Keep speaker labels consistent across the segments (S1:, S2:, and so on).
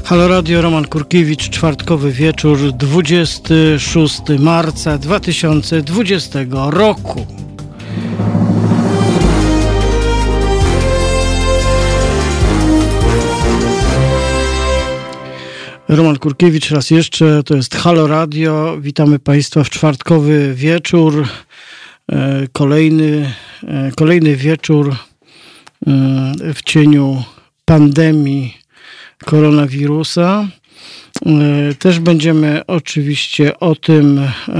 S1: Halo Radio, Roman Kurkiewicz, czwartkowy wieczór, 26 marca 2020 roku. Roman Kurkiewicz raz jeszcze, to jest Halo Radio, witamy Państwa w czwartkowy wieczór, kolejny wieczór w cieniu pandemii koronawirusa. Też będziemy oczywiście o tym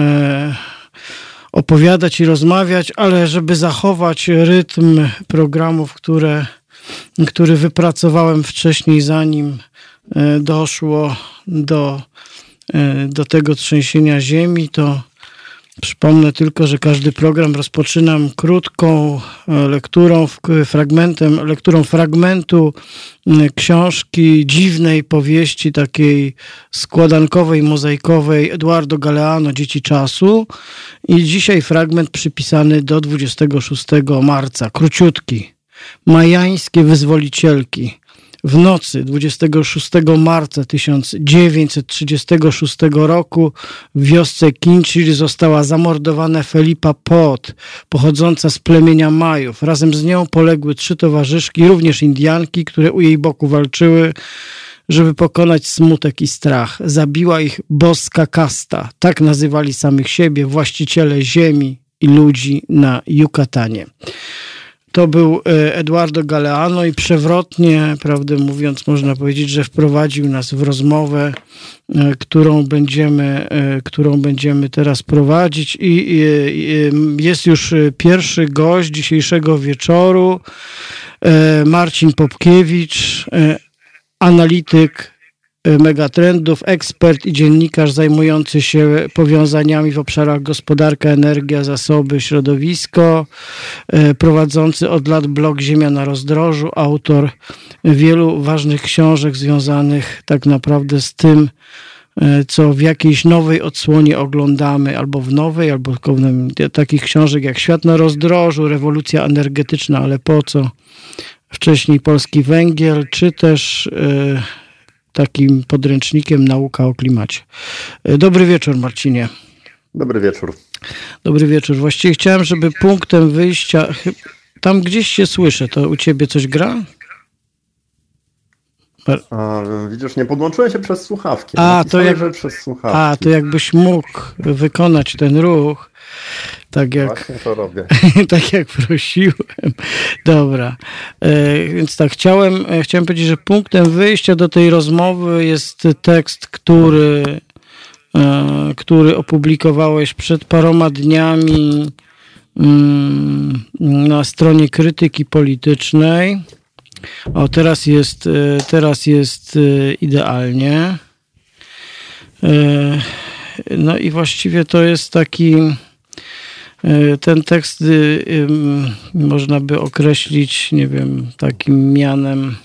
S1: opowiadać i rozmawiać, ale żeby zachować rytm programów, który wypracowałem wcześniej, zanim doszło do tego trzęsienia ziemi, to przypomnę tylko, że każdy program rozpoczynam krótką lekturą fragmentu książki, dziwnej powieści, takiej składankowej, mozaikowej Eduardo Galeano, Dzieci czasu. I dzisiaj fragment przypisany do 26 marca, króciutki. Majańskie wyzwolicielki. W nocy 26 marca 1936 roku w wiosce Kinchir została zamordowana Felipa Pot, pochodząca z plemienia Majów. Razem z nią poległy 3 towarzyszki, również Indianki, które u jej boku walczyły, żeby pokonać smutek i strach. Zabiła ich boska kasta, tak nazywali samych siebie właściciele ziemi i ludzi na Yucatanie. To był Eduardo Galeano i przewrotnie, prawdę mówiąc, można powiedzieć, że wprowadził nas w rozmowę, którą będziemy teraz prowadzić. I jest już pierwszy gość dzisiejszego wieczoru, Marcin Popkiewicz, analityk megatrendów, ekspert i dziennikarz zajmujący się powiązaniami w obszarach gospodarka, energia, zasoby, środowisko, prowadzący od lat blog Ziemia na rozdrożu, autor wielu ważnych książek związanych tak naprawdę z tym, co w jakiejś nowej odsłonie oglądamy, albo w nowej, albo w takich książek jak Świat na rozdrożu, Rewolucja energetyczna, ale po co? Wcześniej Polski węgiel, czy też takim podręcznikiem Nauka o klimacie. Dobry wieczór, Marcinie.
S2: Dobry wieczór.
S1: Dobry wieczór. Właściwie chciałem, żeby punktem wyjścia... Tam gdzieś się słyszę. To u ciebie coś gra?
S2: Widzisz, nie podłączyłem się przez słuchawki.
S1: To jakbyś mógł wykonać ten ruch, tak jak,
S2: właśnie to robię.
S1: Tak jak prosiłem. Dobra. Więc tak, chciałem powiedzieć, że punktem wyjścia do tej rozmowy jest tekst, który opublikowałeś przed paroma dniami na stronie Krytyki Politycznej. O, teraz jest idealnie. No i właściwie to jest taki... Ten tekst można by określić, nie wiem, takim mianem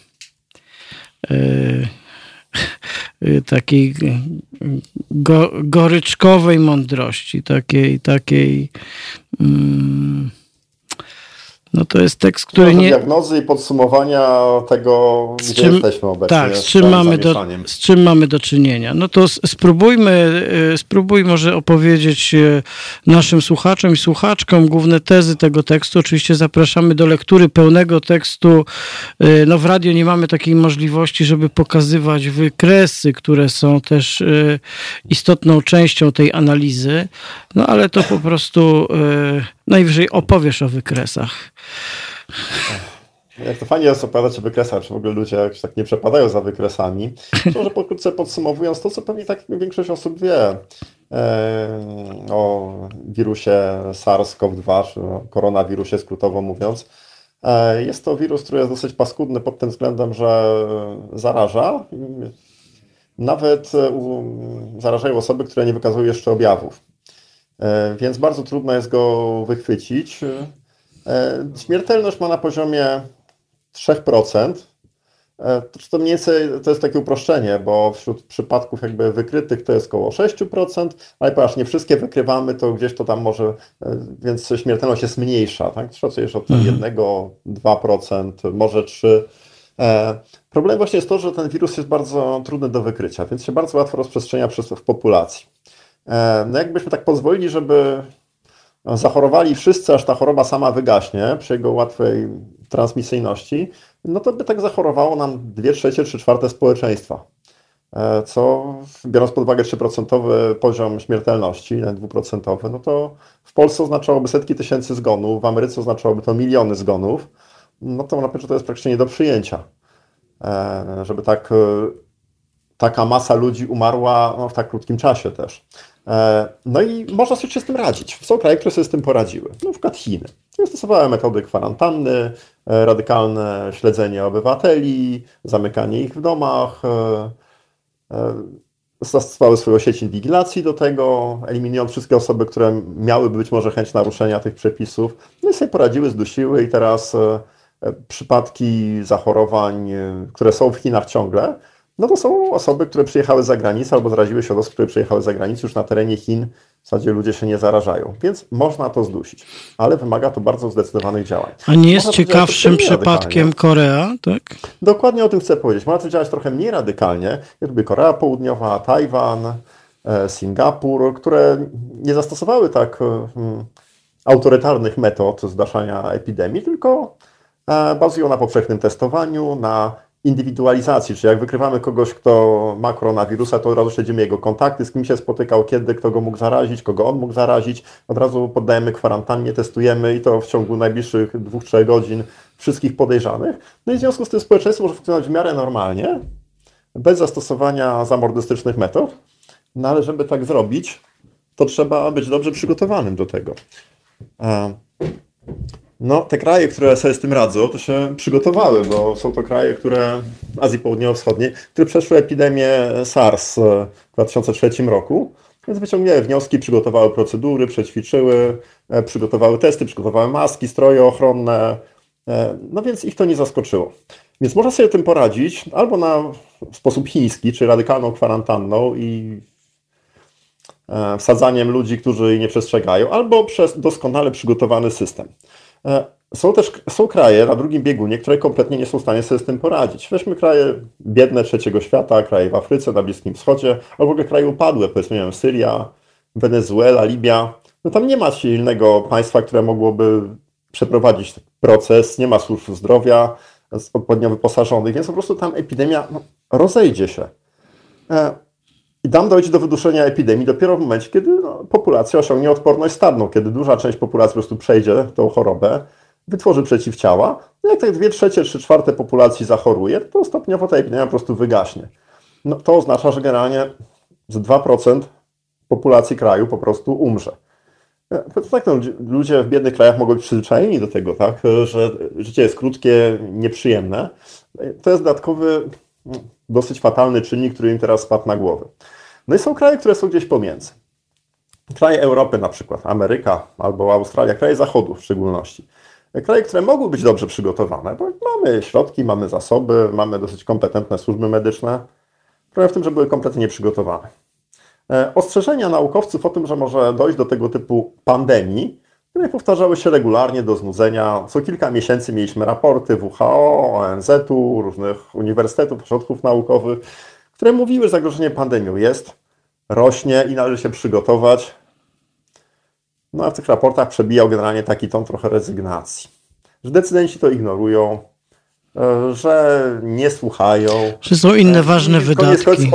S1: takiej goryczkowej mądrości, takiej no to jest tekst, który nie...
S2: Diagnozy i podsumowania tego, gdzie jesteśmy obecnie.
S1: Tak, z czym mamy do czynienia. No to spróbuj może opowiedzieć naszym słuchaczom i słuchaczkom główne tezy tego tekstu. Oczywiście zapraszamy do lektury pełnego tekstu. No w radio nie mamy takiej możliwości, żeby pokazywać wykresy, które są też istotną częścią tej analizy. No ale to po prostu najwyżej opowiesz o wykresach.
S2: Jak to fajnie jest opowiadać o wykresach, czy w ogóle ludzie jakoś tak nie przepadają za wykresami. Może pokrótce podsumowując to, co pewnie tak większość osób wie o wirusie SARS-CoV-2, czy o koronawirusie skrótowo mówiąc. Jest to wirus, który jest dosyć paskudny pod tym względem, że zaraża. Nawet zarażają osoby, które nie wykazują jeszcze objawów. Więc bardzo trudno jest go wychwycić. Śmiertelność ma na poziomie 3%. To mniej więcej to jest takie uproszczenie, bo wśród przypadków jakby wykrytych to jest około 6%, ale ponieważ nie wszystkie wykrywamy, to gdzieś to tam może, więc śmiertelność jest mniejsza, tak? Szacujesz od 1-2%, może 3%. Problem właśnie jest to, że ten wirus jest bardzo trudny do wykrycia, więc się bardzo łatwo rozprzestrzenia w populacji. No jakbyśmy tak pozwolili, żeby zachorowali wszyscy, aż ta choroba sama wygaśnie przy jego łatwej transmisyjności, no to by tak zachorowało nam 2/3, 3/4 społeczeństwa. Co biorąc pod uwagę 3% poziom śmiertelności, 2%, no to w Polsce oznaczałoby setki tysięcy zgonów, w Ameryce oznaczałoby to miliony zgonów, no to na pewno to jest praktycznie nie do przyjęcia, żeby taka masa ludzi umarła w tak krótkim czasie też. No i można sobie z tym radzić. Są kraje, które sobie z tym poradziły. Na przykład Chiny. Stosowały metody kwarantanny, radykalne śledzenie obywateli, zamykanie ich w domach, zastosowały swoją sieć inwigilacji do tego, eliminując wszystkie osoby, które miałyby być może chęć naruszenia tych przepisów. No i sobie poradziły, zdusiły i teraz przypadki zachorowań, które są w Chinach ciągle, no to są osoby, które przyjechały z zagranicy albo zaraziły się od osób, które przyjechały z zagranicy. Już na terenie Chin w zasadzie ludzie się nie zarażają, więc można to zdusić, ale wymaga to bardzo zdecydowanych działań.
S1: A nie jest ciekawszym przypadkiem Korea, tak?
S2: Dokładnie o tym chcę powiedzieć. Można to działać trochę mniej radykalnie, jakby Korea Południowa, Tajwan, Singapur, które nie zastosowały tak autorytarnych metod zgłaszania epidemii, tylko bazują na powszechnym testowaniu, na indywidualizacji, czyli jak wykrywamy kogoś, kto ma koronawirusa, to od razu śledzimy jego kontakty, z kim się spotykał, kiedy, kto go mógł zarazić, kogo on mógł zarazić. Od razu poddajemy kwarantannie, testujemy i to w ciągu najbliższych 2-3 godzin wszystkich podejrzanych. No i w związku z tym społeczeństwo może funkcjonować w miarę normalnie, bez zastosowania zamordystycznych metod, no ale żeby tak zrobić, to trzeba być dobrze przygotowanym do tego. No, te kraje, które sobie z tym radzą, to się przygotowały, bo są to kraje, które w Azji Południowo-Wschodniej, które przeszły epidemię SARS w 2003 roku, więc wyciągnęły wnioski, przygotowały procedury, przećwiczyły, przygotowały testy, przygotowały maski, stroje ochronne, no więc ich to nie zaskoczyło. Więc można sobie tym poradzić albo w sposób chiński, czyli radykalną kwarantanną i wsadzaniem ludzi, którzy jej nie przestrzegają, albo przez doskonale przygotowany system. Są kraje na drugim biegunie, które kompletnie nie są w stanie sobie z tym poradzić. Weźmy kraje biedne trzeciego świata, kraje w Afryce, na Bliskim Wschodzie, albo w ogóle kraje upadłe, powiedzmy, nie wiem, Syria, Wenezuela, Libia. No tam nie ma silnego państwa, które mogłoby przeprowadzić proces, nie ma służb zdrowia odpowiednio wyposażonych, więc po prostu tam epidemia rozejdzie się. I tam dojdzie do wyduszenia epidemii dopiero w momencie, kiedy populacja osiągnie odporność stadną, kiedy duża część populacji po prostu przejdzie tą chorobę, wytworzy przeciwciała. No jak tak 2/3, 3/4 populacji zachoruje, to stopniowo ta epidemia po prostu wygaśnie. No, to oznacza, że generalnie z 2% populacji kraju po prostu umrze. Tak, ludzie w biednych krajach mogą być przyzwyczajeni do tego, tak, że życie jest krótkie, nieprzyjemne. To jest dodatkowy, dosyć fatalny czynnik, który im teraz spadł na głowę. No i są kraje, które są gdzieś pomiędzy. Kraje Europy na przykład, Ameryka albo Australia, kraje Zachodu w szczególności. Kraje, które mogły być dobrze przygotowane, bo mamy środki, mamy zasoby, mamy dosyć kompetentne służby medyczne. Problem w tym, że były kompletnie nieprzygotowane. Ostrzeżenia naukowców o tym, że może dojść do tego typu pandemii, które powtarzały się regularnie do znudzenia. Co kilka miesięcy mieliśmy raporty WHO, ONZ-u, różnych uniwersytetów, ośrodków naukowych, które mówiły, że zagrożenie pandemią jest, rośnie i należy się przygotować. No a w tych raportach przebijał generalnie taki ton trochę rezygnacji. Że decydenci to ignorują, że nie słuchają.
S1: Że są inne ważne wydatki.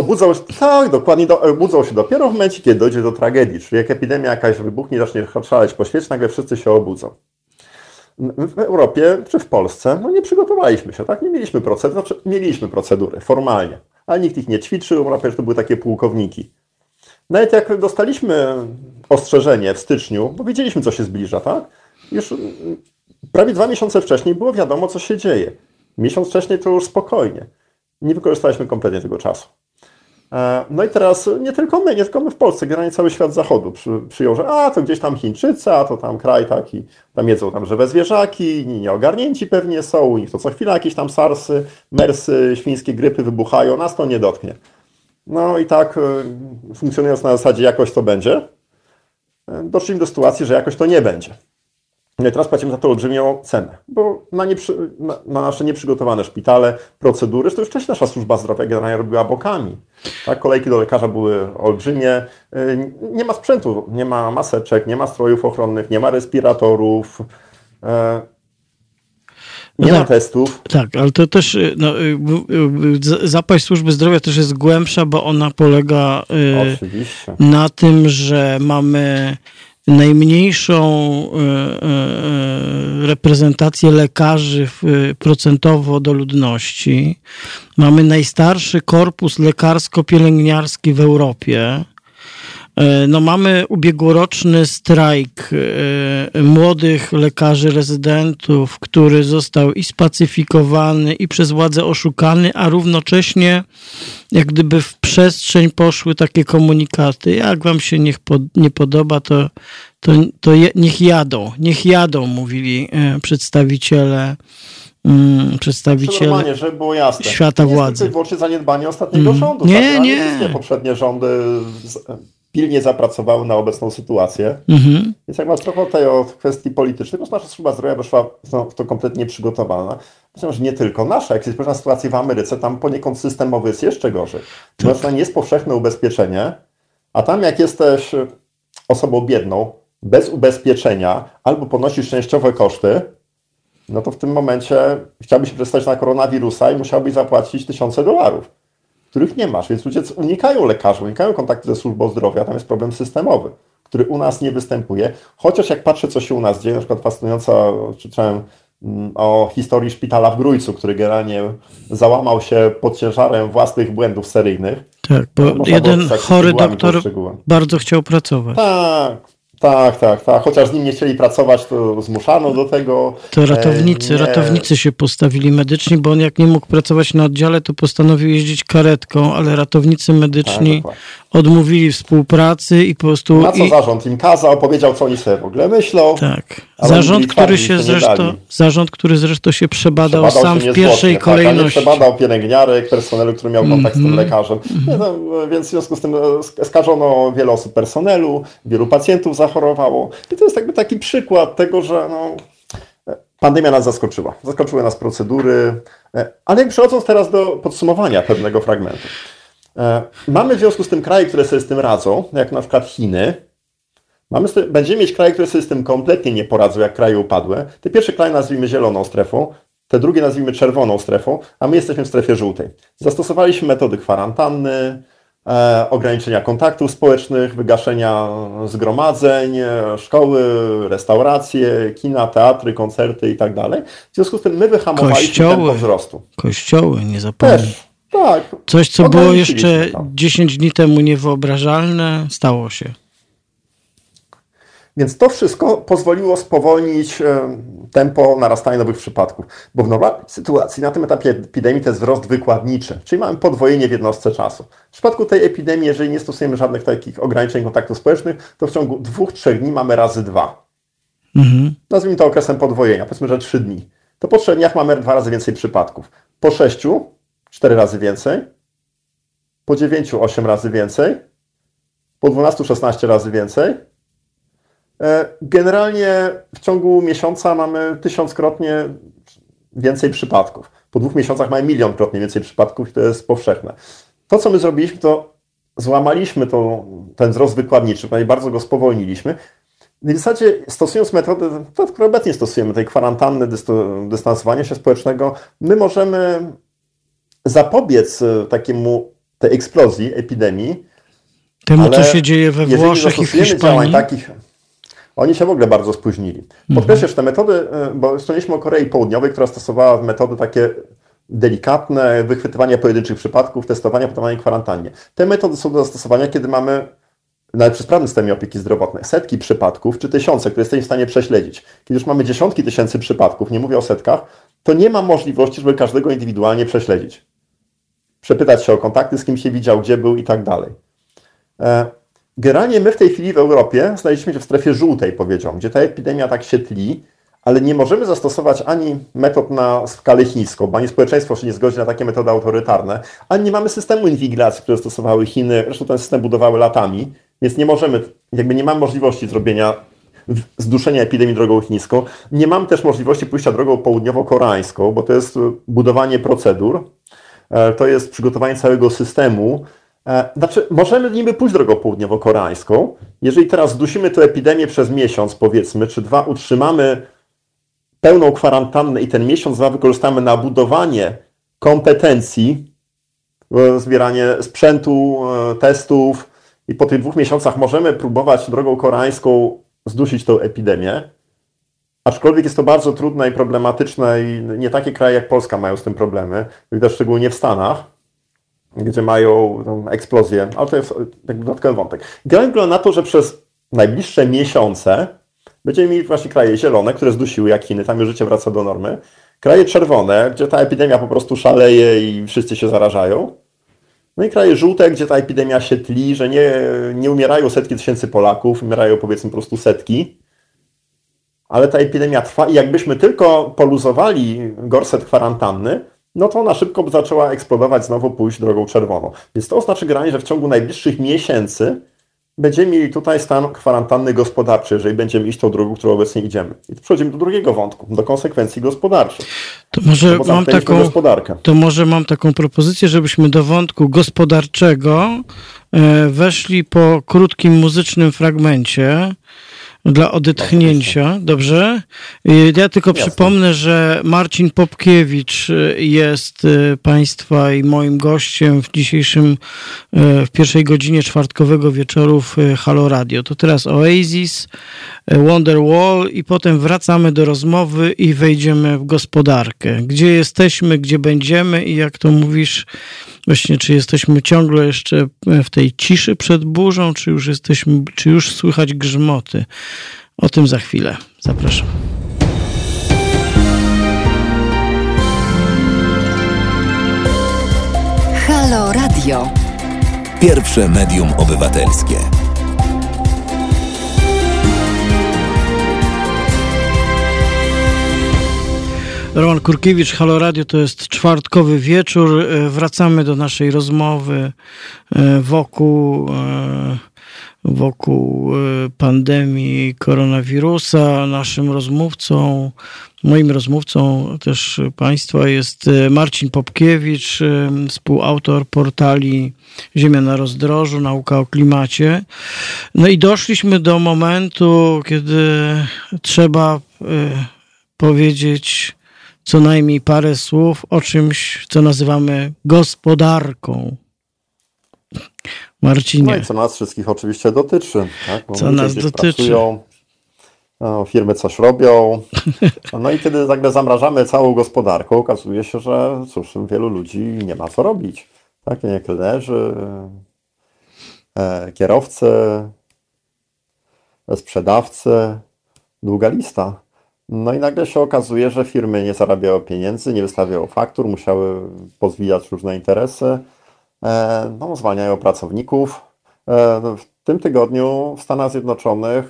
S2: Obudzą się dopiero w momencie, kiedy dojdzie do tragedii. Czyli jak epidemia jakaś wybuchnie, zacznie szaleć po świecie, nagle wszyscy się obudzą. W Europie czy w Polsce nie przygotowaliśmy się, tak? Nie mieliśmy procedur, mieliśmy procedury formalnie, ale nikt ich nie ćwiczył, to były takie pułkowniki. Nawet jak dostaliśmy ostrzeżenie w styczniu, bo wiedzieliśmy, co się zbliża, tak? Już prawie 2 miesiące wcześniej było wiadomo, co się dzieje. Miesiąc wcześniej to już spokojnie. Nie wykorzystaliśmy kompletnie tego czasu. No i teraz nie tylko my w Polsce, generalnie cały świat zachodu przyjął, że to gdzieś tam Chińczycy, a to tam kraj taki, tam jedzą tam żywe zwierzaki, nieogarnięci pewnie są, u nich to co chwila jakieś tam SARSy, MERSy, świńskie grypy wybuchają, nas to nie dotknie. No i tak funkcjonując na zasadzie jakoś to będzie, doszliśmy do sytuacji, że jakoś to nie będzie. Teraz płacimy za to olbrzymią cenę, bo na nasze nieprzygotowane szpitale, procedury, to już wcześniej nasza służba zdrowia generalnie robiła bokami. Tak? Kolejki do lekarza były olbrzymie, nie ma sprzętu, nie ma maseczek, nie ma strojów ochronnych, nie ma respiratorów, nie ma testów.
S1: Tak, ale to też zapaść służby zdrowia też jest głębsza, bo ona polega na tym, że mamy najmniejszą reprezentację lekarzy procentowo do ludności. Mamy najstarszy korpus lekarsko-pielęgniarski w Europie. Mamy ubiegłoroczny strajk młodych lekarzy rezydentów, który został i spacyfikowany, i przez władze oszukany, a równocześnie jak gdyby w przestrzeń poszły takie komunikaty. Jak wam się nie podoba, to niech jadą, mówili przedstawiciele
S2: Normalnie, żeby było jasne.
S1: Świata władzy.
S2: To jest wyłącznie zaniedbanie ostatniego rządu.
S1: Nie.
S2: Poprzednie rządy pilnie zapracowały na obecną sytuację. Więc jak masz trochę tutaj o kwestii politycznej, to nasza służba zdrowia weszła w to kompletnie przygotowana. Myślę, że nie tylko nasza. Jak jest pewna sytuacja w Ameryce, tam poniekąd systemowy jest jeszcze gorzej. Tak. Nie jest powszechne ubezpieczenie, a tam jak jesteś osobą biedną, bez ubezpieczenia, albo ponosisz częściowe koszty, no to w tym momencie chciałbyś się przestać na koronawirusa i musiałbyś zapłacić $1000, których nie masz. Więc ludzie unikają lekarzy, unikają kontaktu ze służbą zdrowia. Tam jest problem systemowy, który u nas nie występuje. Chociaż jak patrzę, co się u nas dzieje, na przykład fascynująca, czytałem o historii szpitala w Grójcu, który generalnie załamał się pod ciężarem własnych błędów seryjnych.
S1: Tak, bo jeden chory doktor bardzo chciał pracować.
S2: Tak. Chociaż z nim nie chcieli pracować, to zmuszano do tego.
S1: To ratownicy się postawili medyczni, bo on jak nie mógł pracować na oddziale, to postanowił jeździć karetką, ale ratownicy medyczni odmówili współpracy i po prostu...
S2: Na co zarząd im kazał, powiedział, co oni sobie w ogóle myślą.
S1: Tak. Zarząd, który zresztą się przebadał sam w pierwszej kolejności.
S2: Nie przebadał pielęgniarek, personelu, który miał kontakt z tym lekarzem. Więc w związku z tym skażono wiele osób personelu, wielu pacjentów zachorowało. I to jest jakby taki przykład tego, że pandemia nas zaskoczyła. Zaskoczyły nas procedury. Ale jak przechodząc teraz do podsumowania pewnego fragmentu. Mamy w związku z tym kraje, które sobie z tym radzą, jak na przykład Chiny. Będziemy mieć kraje, które sobie z tym kompletnie nie poradzą, jak kraje upadłe. Te pierwsze kraje nazwijmy zieloną strefą, te drugie nazwijmy czerwoną strefą, a my jesteśmy w strefie żółtej. Zastosowaliśmy metody kwarantanny, ograniczenia kontaktów społecznych, wygaszenia zgromadzeń, szkoły, restauracje, kina, teatry, koncerty i tak dalej. W związku z tym my wyhamowaliśmy tempo wzrostu.
S1: Kościoły, nie zapomnij.
S2: Tak.
S1: Coś, co było jeszcze 10 dni temu niewyobrażalne, stało się.
S2: Więc to wszystko pozwoliło spowolnić tempo narastania nowych przypadków. Bo w normalnej sytuacji, na tym etapie epidemii, to jest wzrost wykładniczy, czyli mamy podwojenie w jednostce czasu. W przypadku tej epidemii, jeżeli nie stosujemy żadnych takich ograniczeń kontaktów społecznych, to w ciągu 2-3 dni mamy razy 2. Nazwijmy to okresem podwojenia, powiedzmy, że 3 dni. To po 3 dniach mamy 2 razy więcej przypadków. Po 6 4 razy więcej, po 9 8 razy więcej, po 12 16 razy więcej. Generalnie w ciągu miesiąca mamy 1000-krotnie więcej przypadków. Po 2 miesiącach mamy 1 000 000-krotnie więcej przypadków i to jest powszechne. To, co my zrobiliśmy, to złamaliśmy ten wzrost wykładniczy, bardzo go spowolniliśmy. W zasadzie stosując metodę, którą obecnie stosujemy, tej kwarantanny, dystansowania się społecznego, my możemy zapobiec tej eksplozji epidemii.
S1: Temu, co się dzieje we Włoszech i w Hiszpanii.
S2: Oni się w ogóle bardzo spóźnili. Podkreślę, że te metody, bo wspomnieliśmy o Korei Południowej, która stosowała metody takie delikatne, wychwytywania pojedynczych przypadków, testowania, podawania kwarantannie. Te metody są do zastosowania, kiedy mamy nawet przy sprawnym systemie opieki zdrowotnej setki przypadków, czy tysiące, które jesteśmy w stanie prześledzić. Kiedy już mamy dziesiątki tysięcy przypadków, nie mówię o setkach, to nie ma możliwości, żeby każdego indywidualnie prześledzić. Przepytać się o kontakty, z kim się widział, gdzie był i tak dalej. Generalnie my w tej chwili w Europie znaleźliśmy się w strefie żółtej, powiedziałbym, gdzie ta epidemia tak się tli, ale nie możemy zastosować ani metod na skalę chińską, bo ani społeczeństwo się nie zgodzi na takie metody autorytarne, ani nie mamy systemu inwigilacji, które stosowały Chiny, zresztą ten system budowały latami, więc nie możemy, nie mamy możliwości zrobienia zduszenia epidemii drogą chińską. Nie mamy też możliwości pójścia drogą południowo-koreańską, bo to jest budowanie procedur, to jest przygotowanie całego systemu. Znaczy, możemy niby pójść drogą południowo-koreańską. Jeżeli teraz zdusimy tę epidemię przez miesiąc, powiedzmy, czy 2, utrzymamy pełną kwarantannę i ten miesiąc 2 wykorzystamy na budowanie kompetencji, zbieranie sprzętu, testów i po tych 2 miesiącach możemy próbować drogą koreańską zdusić tę epidemię. Aczkolwiek jest to bardzo trudne i problematyczne i nie takie kraje jak Polska mają z tym problemy. Widać szczególnie w Stanach, gdzie mają eksplozję, ale to jest jakby dodatkowy wątek. Generalnie wygląda na to, że przez najbliższe miesiące będziemy mieli właśnie kraje zielone, które zdusiły jak Chiny, tam już życie wraca do normy. Kraje czerwone, gdzie ta epidemia po prostu szaleje i wszyscy się zarażają. No i kraje żółte, gdzie ta epidemia się tli, że nie umierają setki tysięcy Polaków, umierają powiedzmy po prostu setki. Ale ta epidemia trwa i jakbyśmy tylko poluzowali gorset kwarantanny, no to ona szybko by zaczęła eksplodować, znowu pójść drogą czerwoną. Więc to oznacza generalnie, że w ciągu najbliższych miesięcy będziemy mieli tutaj stan kwarantanny gospodarczej, jeżeli będziemy iść tą drogą, którą obecnie idziemy. I tu przechodzimy do drugiego wątku, do konsekwencji gospodarczych.
S1: To może mam taką propozycję, żebyśmy do wątku gospodarczego weszli po krótkim muzycznym fragmencie dla odetchnięcia, dobrze? Ja tylko przypomnę, że Marcin Popkiewicz jest Państwa i moim gościem w dzisiejszym, w pierwszej godzinie czwartkowego wieczoru w Halo Radio. To teraz Oasis, Wonderwall i potem wracamy do rozmowy i wejdziemy w gospodarkę. Gdzie jesteśmy, gdzie będziemy i jak to mówisz, właśnie czy jesteśmy ciągle jeszcze w tej ciszy przed burzą, czy już słychać grzmoty. O tym za chwilę. Zapraszam.
S3: Halo Radio.
S4: Pierwsze medium obywatelskie.
S1: Roman Kurkiewicz, Halo Radio, to jest czwartkowy wieczór. Wracamy do naszej rozmowy wokół pandemii koronawirusa. Moim rozmówcą też Państwa jest Marcin Popkiewicz, współautor portali Ziemia na rozdrożu, Nauka o klimacie. No i doszliśmy do momentu, kiedy trzeba powiedzieć co najmniej parę słów o czymś, co nazywamy gospodarką. Marcinie.
S2: No i co nas wszystkich oczywiście dotyczy. Tak? Bo
S1: co nas dotyczy.
S2: Pracują, firmy coś robią. No i kiedy nagle zamrażamy całą gospodarkę, okazuje się, że cóż, wielu ludzi nie ma co robić. Tak? Nie kelnerzy, kierowcy, sprzedawcy, długa lista. No i nagle się okazuje, że firmy nie zarabiają pieniędzy, nie wystawiają faktur, musiały pozwijać różne interesy, zwalniają pracowników. W tym tygodniu w Stanach Zjednoczonych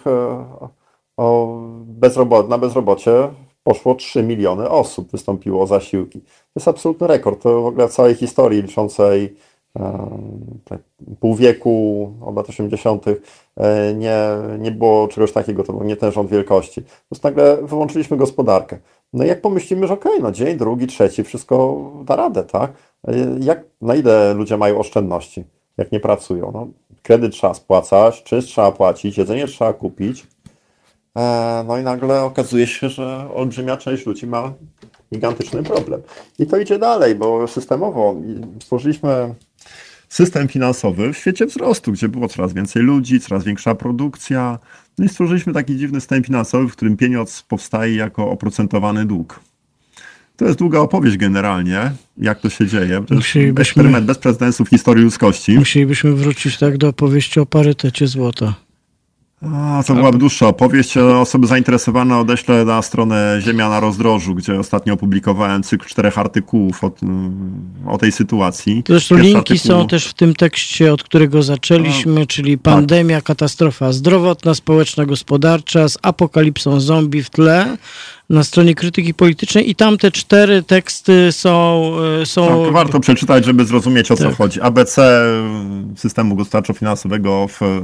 S2: na bezrobocie poszło 3 miliony osób, wystąpiło o zasiłki. To jest absolutny rekord. To w ogóle w całej historii liczącej pół wieku, od lat 80. Nie było czegoś takiego, to był nie ten rząd wielkości. Po prostu nagle wyłączyliśmy gospodarkę. No i jak pomyślimy, że okej, dzień, drugi, trzeci, wszystko da radę, tak? Na ile ludzie mają oszczędności, jak nie pracują? No, kredyt trzeba spłacać, czynsz trzeba płacić, jedzenie trzeba kupić. No i nagle okazuje się, że olbrzymia część ludzi ma gigantyczny problem. I to idzie dalej, bo systemowo stworzyliśmy system finansowy w świecie wzrostu, gdzie było coraz więcej ludzi, coraz większa produkcja. No i stworzyliśmy taki dziwny system finansowy, w którym pieniądz powstaje jako oprocentowany dług. To jest długa opowieść generalnie, jak to się dzieje. To jest eksperyment bez precedensu w historii ludzkości.
S1: Musielibyśmy wrócić tak do opowieści o parytecie złota.
S2: To byłaby dłuższa opowieść. Osoby zainteresowane odeślę na stronę Ziemia na rozdrożu, gdzie ostatnio opublikowałem cykl 4 artykułów o tej sytuacji.
S1: Zresztą linki są też w tym tekście, od którego zaczęliśmy, czyli pandemia, katastrofa zdrowotna, społeczna, gospodarcza, z apokalipsą zombie w tle, na stronie Krytyki Politycznej i tam te 4 teksty są...
S2: Tak, warto przeczytać, żeby zrozumieć, o co chodzi. ABC systemu gospodarczo-finansowego w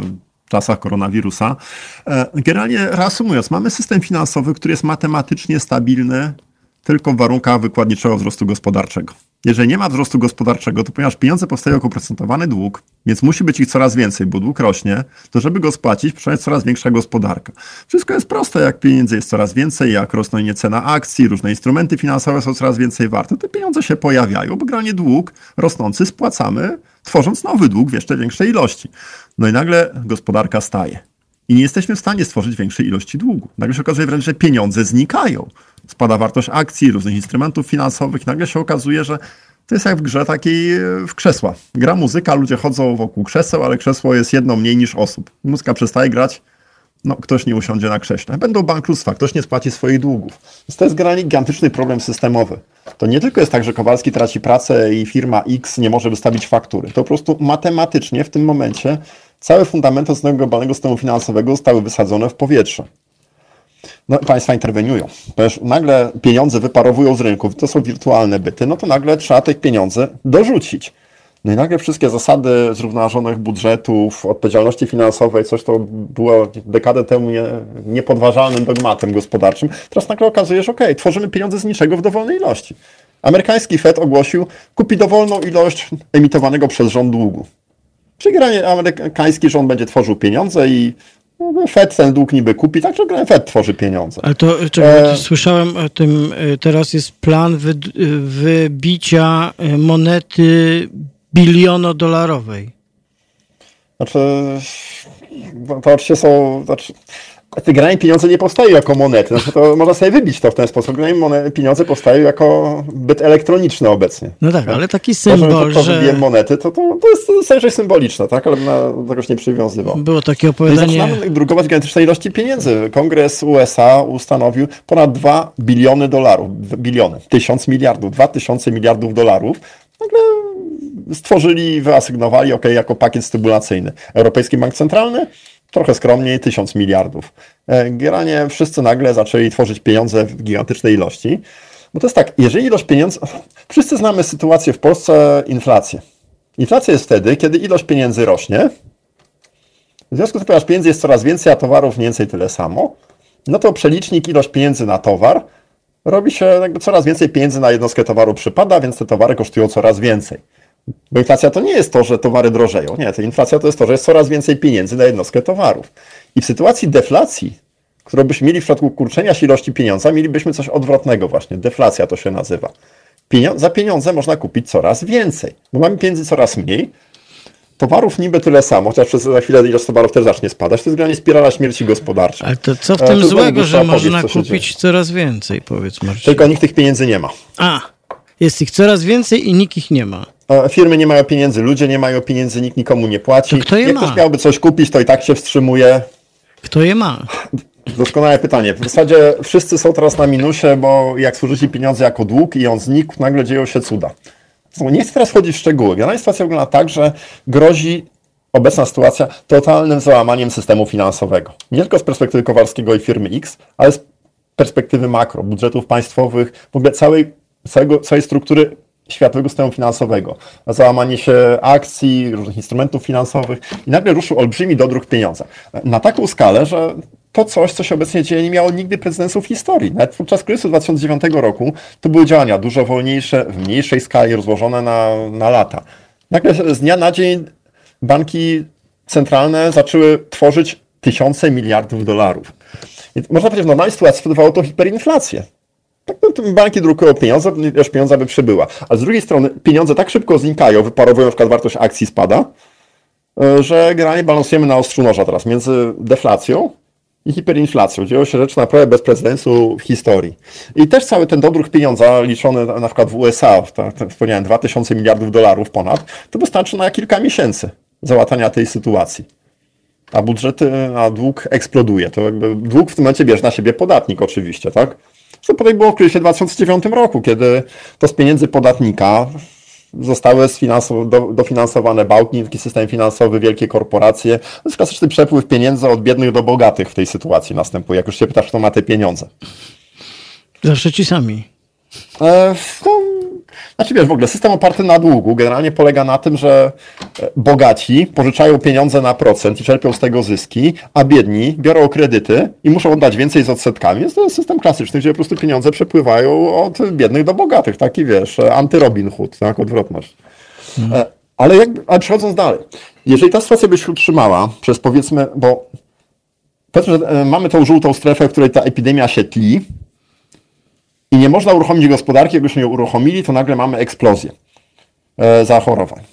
S2: czasach koronawirusa. Generalnie reasumując, mamy system finansowy, który jest matematycznie stabilny tylko w warunkach wykładniczego wzrostu gospodarczego. Jeżeli nie ma wzrostu gospodarczego, to ponieważ pieniądze powstają jako oprocentowany dług, więc musi być ich coraz więcej, bo dług rośnie, to żeby go spłacić, potrzeba jest coraz większa gospodarka. Wszystko jest proste, jak pieniędzy jest coraz więcej, jak rosną cena akcji, różne instrumenty finansowe są coraz więcej warte, te pieniądze się pojawiają, bo generalnie dług rosnący spłacamy, tworząc nowy dług w jeszcze większej ilości. No i nagle gospodarka staje. I nie jesteśmy w stanie stworzyć większej ilości długu. Nagle się okazuje wręcz, że pieniądze znikają. Spada wartość akcji, różnych instrumentów finansowych. Nagle się okazuje, że to jest jak w grze takiej w krzesła. Gra muzyka, ludzie chodzą wokół krzeseł, ale krzesło jest jedno mniej niż osób. Muzyka przestaje grać, no ktoś nie usiądzie na krześle. Będą bankructwa, ktoś nie spłaci swoich długów. Więc to jest generalnie gigantyczny problem systemowy. To nie tylko jest tak, że Kowalski traci pracę i firma X nie może wystawić faktury. To po prostu matematycznie w tym momencie całe fundamenty globalnego systemu finansowego zostały wysadzone w powietrze. No, państwa interweniują. Ponieważ nagle pieniądze wyparowują z rynków, to są wirtualne byty, no to nagle trzeba tych pieniędzy dorzucić. No i nagle wszystkie zasady zrównoważonych budżetów, odpowiedzialności finansowej, coś to było dekadę temu niepodważalnym dogmatem gospodarczym, teraz nagle okazuje, że tworzymy pieniądze z niczego w dowolnej ilości. Amerykański Fed ogłosił, kupi dowolną ilość emitowanego przez rząd długu. Czyli generalnie amerykański rząd będzie tworzył pieniądze i Fed ten dług niby kupi, tak, że Fed tworzy pieniądze.
S1: Ale to słyszałem o tym, teraz jest plan wybicia monety bilionodolarowej.
S2: Znaczy, to oczywiście są... Te generalnie pieniądze nie powstają jako monety. Znaczy to można sobie wybić to w ten sposób. Generalnie pieniądze powstają jako byt elektroniczny obecnie.
S1: No tak, ale taki symbol,
S2: że wybiję monety, to jest raczej symboliczne, tak? Ale bym tego nie przywiązywał.
S1: Było takie opowiadanie...
S2: No i zaczynamy drukować gigantyczne ilości pieniędzy. Kongres USA ustanowił ponad 2 biliony dolarów. 1000 miliardów, 2000 miliardów dolarów. Nagle stworzyli, wyasygnowali, jako pakiet stymulacyjny. Europejski Bank Centralny trochę skromniej, 1000 miliardów. Generalnie wszyscy nagle zaczęli tworzyć pieniądze w gigantycznej ilości. Bo to jest tak, jeżeli ilość pieniędzy... Wszyscy znamy sytuację w Polsce, inflację. Inflacja jest wtedy, kiedy ilość pieniędzy rośnie. W związku z tym, ponieważ pieniędzy jest coraz więcej, a towarów mniej więcej tyle samo, no to przelicznik ilość pieniędzy na towar robi się coraz więcej pieniędzy na jednostkę towaru przypada, więc te towary kosztują coraz więcej. Bo inflacja to nie jest to, że towary drożeją. Nie, to inflacja to jest to, że jest coraz więcej pieniędzy na jednostkę towarów. I w sytuacji deflacji, którą byśmy mieli w przypadku kurczenia się ilości pieniądza, mielibyśmy coś odwrotnego właśnie. Deflacja to się nazywa. Za pieniądze można kupić coraz więcej, bo mamy pieniędzy coraz mniej. Towarów niby tyle samo, chociaż za chwilę ilość towarów też zacznie spadać. To jest generalnie spirala śmierci gospodarczej.
S1: Ale to co w tym złego, że można kupić coraz więcej, powiedz Marcin?
S2: Tylko nikt tych pieniędzy nie ma.
S1: Jest ich coraz więcej i nikt ich nie ma.
S2: Firmy nie mają pieniędzy, ludzie nie mają pieniędzy, nikt nikomu nie płaci.
S1: To kto je ma?
S2: Jak ktoś miałby coś kupić, to i tak się wstrzymuje.
S1: Kto je ma?
S2: Doskonałe pytanie. W zasadzie wszyscy są teraz na minusie, bo jak służyli pieniądze jako dług i on znikł, nagle dzieją się cuda. Nie chcę teraz wchodzić w szczegóły. Generalnie sytuacja wygląda tak, że grozi obecna sytuacja totalnym załamaniem systemu finansowego. Nie tylko z perspektywy Kowalskiego i firmy X, ale z perspektywy makro, budżetów państwowych, w ogóle całej struktury światowego systemu finansowego. Załamanie się akcji, różnych instrumentów finansowych i nagle ruszył olbrzymi dodruk pieniądza. Na taką skalę, że to coś, co się obecnie dzieje, nie miało nigdy precedensu w historii. Nawet podczas kryzysu 2009 roku to były działania dużo wolniejsze, w mniejszej skali, rozłożone na lata. Nagle z dnia na dzień banki centralne zaczęły tworzyć tysiące miliardów dolarów. I można powiedzieć, w normalnej sytuacji spowodowało to hiperinflację. Tak, banki drukują pieniądze, ilość pieniądza by przybyła. A z drugiej strony pieniądze tak szybko znikają, wyparowują, na przykład wartość akcji spada, że generalnie balansujemy na ostrzu noża teraz między deflacją i hiperinflacją. Dzieją się rzeczy naprawdę bez precedensu w historii. I też cały ten dodruk pieniądza liczony na przykład w USA, wspomniałem 2000 miliardów dolarów ponad, to wystarczy na kilka miesięcy załatania tej sytuacji. A dług eksploduje. To jakby dług w tym momencie bierze na siebie podatnik oczywiście, tak? Co potem było w kryzysie w 2009 roku, kiedy to z pieniędzy podatnika zostały dofinansowane banki, system finansowy, wielkie korporacje. To jest klasyczny przepływ pieniędzy od biednych do bogatych w tej sytuacji następuje. Jak już się pytasz, kto ma te pieniądze.
S1: Zawsze ci sami.
S2: Znaczy wiesz, w ogóle system oparty na długu generalnie polega na tym, że bogaci pożyczają pieniądze na procent i czerpią z tego zyski, a biedni biorą kredyty i muszą oddać więcej z odsetkami. Jest to system klasyczny, gdzie po prostu pieniądze przepływają od biednych do bogatych. Taki wiesz, anty-Robin Hood, tak, odwrotność. Ale przechodząc dalej, jeżeli ta sytuacja by się utrzymała przez powiedzmy, powiedzmy, że mamy tą żółtą strefę, w której ta epidemia się tli i nie można uruchomić gospodarki, jakbyśmy ją uruchomili, to nagle mamy eksplozję zachorowań.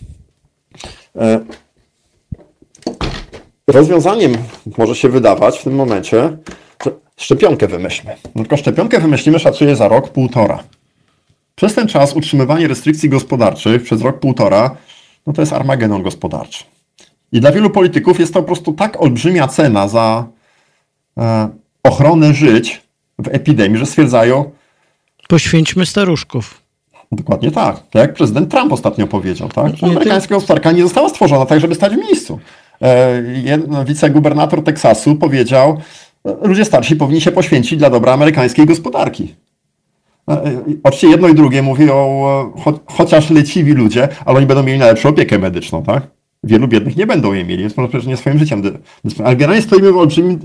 S2: Rozwiązaniem może się wydawać w tym momencie, że szczepionkę wymyślmy. No tylko szczepionkę wymyślimy, szacuję, za rok, półtora. Przez ten czas utrzymywanie restrykcji gospodarczych przez rok, półtora, no to jest armagedon gospodarczy. I dla wielu polityków jest to po prostu tak olbrzymia cena za ochronę żyć w epidemii, że stwierdzają,
S1: poświęćmy staruszków.
S2: Dokładnie tak. Tak jak prezydent Trump ostatnio powiedział, tak? Że amerykańska gospodarka nie została stworzona tak, żeby stać w miejscu. Wicegubernator Teksasu powiedział, ludzie starsi powinni się poświęcić dla dobra amerykańskiej gospodarki. Oczywiście jedno i drugie mówią, chociaż leciwi ludzie, ale oni będą mieli najlepszą opiekę medyczną, tak? Wielu biednych nie będą jej mieli, więc może przecież nie swoim życiem. Ale generalnie stoimy w olbrzymim,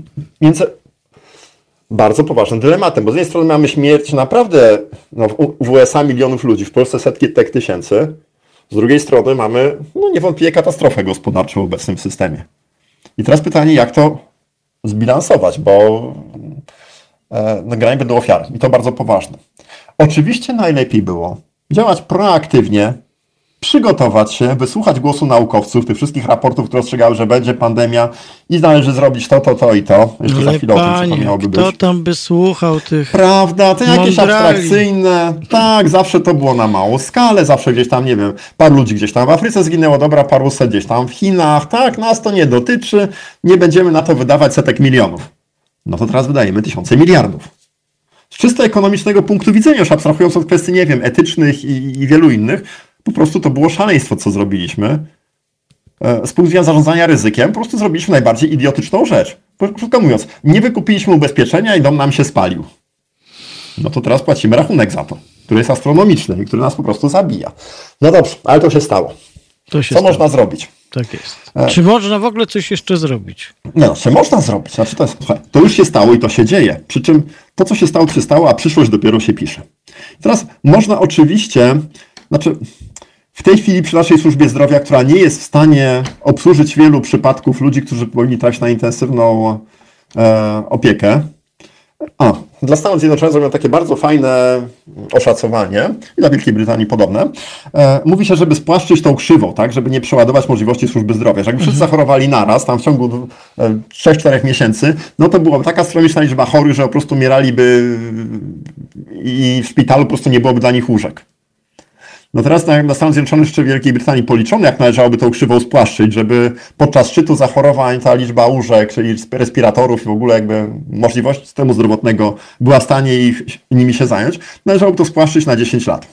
S2: bardzo poważnym dylematem, bo z jednej strony mamy śmierć naprawdę w USA milionów ludzi, w Polsce setki tysięcy, z drugiej strony mamy niewątpliwie katastrofę gospodarczą w obecnym systemie. I teraz pytanie, jak to zbilansować, bo generalnie będą ofiary i to bardzo poważne. Oczywiście najlepiej było działać proaktywnie, przygotować się, wysłuchać głosu naukowców, tych wszystkich raportów, które ostrzegały, że będzie pandemia i należy zrobić to i to. Jeszcze za chwilę o tym, co to miałoby być.
S1: Kto tam by słuchał tych
S2: Prawda, to jakieś
S1: mądrali.
S2: abstrakcyjne. Tak, zawsze to było na małą skalę, zawsze gdzieś tam, nie wiem, paru ludzi gdzieś tam w Afryce zginęło, dobra, paruset gdzieś tam w Chinach. Tak, nas to nie dotyczy, nie będziemy na to wydawać setek milionów. No to teraz wydajemy tysiące miliardów. Z czysto ekonomicznego punktu widzenia, już abstrahując od kwestii, nie wiem, etycznych i wielu innych, po prostu to było szaleństwo, co zrobiliśmy. Z punktu widzenia zarządzania ryzykiem, po prostu zrobiliśmy najbardziej idiotyczną rzecz. Krótko mówiąc, nie wykupiliśmy ubezpieczenia i dom nam się spalił. No to teraz płacimy rachunek za to, który jest astronomiczny i który nas po prostu zabija. No dobrze, ale to się stało. Co można zrobić?
S1: Tak jest. Czy można w ogóle coś jeszcze zrobić?
S2: No, czy można zrobić? Znaczy to już się stało i to się dzieje. Przy czym to, co się stało, a przyszłość dopiero się pisze. Teraz można oczywiście, w tej chwili przy naszej służbie zdrowia, która nie jest w stanie obsłużyć wielu przypadków ludzi, którzy powinni trafić na intensywną opiekę. Dla Stanów Zjednoczonych zrobią takie bardzo fajne oszacowanie i dla Wielkiej Brytanii podobne. Mówi się, żeby spłaszczyć tą krzywą, tak, żeby nie przeładować możliwości służby zdrowia. Że jakby wszyscy zachorowali naraz, tam w ciągu 3-4 miesięcy, no to byłaby taka astronomiczna liczba chorych, że po prostu umieraliby i w szpitalu po prostu nie byłoby dla nich łóżek. No teraz na Stanach Zjednoczonych czy Wielkiej Brytanii policzono, jak należałoby tą krzywą spłaszczyć, żeby podczas szczytu zachorowań ta liczba łóżek, czyli respiratorów i w ogóle jakby możliwość systemu zdrowotnego była w stanie nimi się zająć, należałoby to spłaszczyć na 10 lat.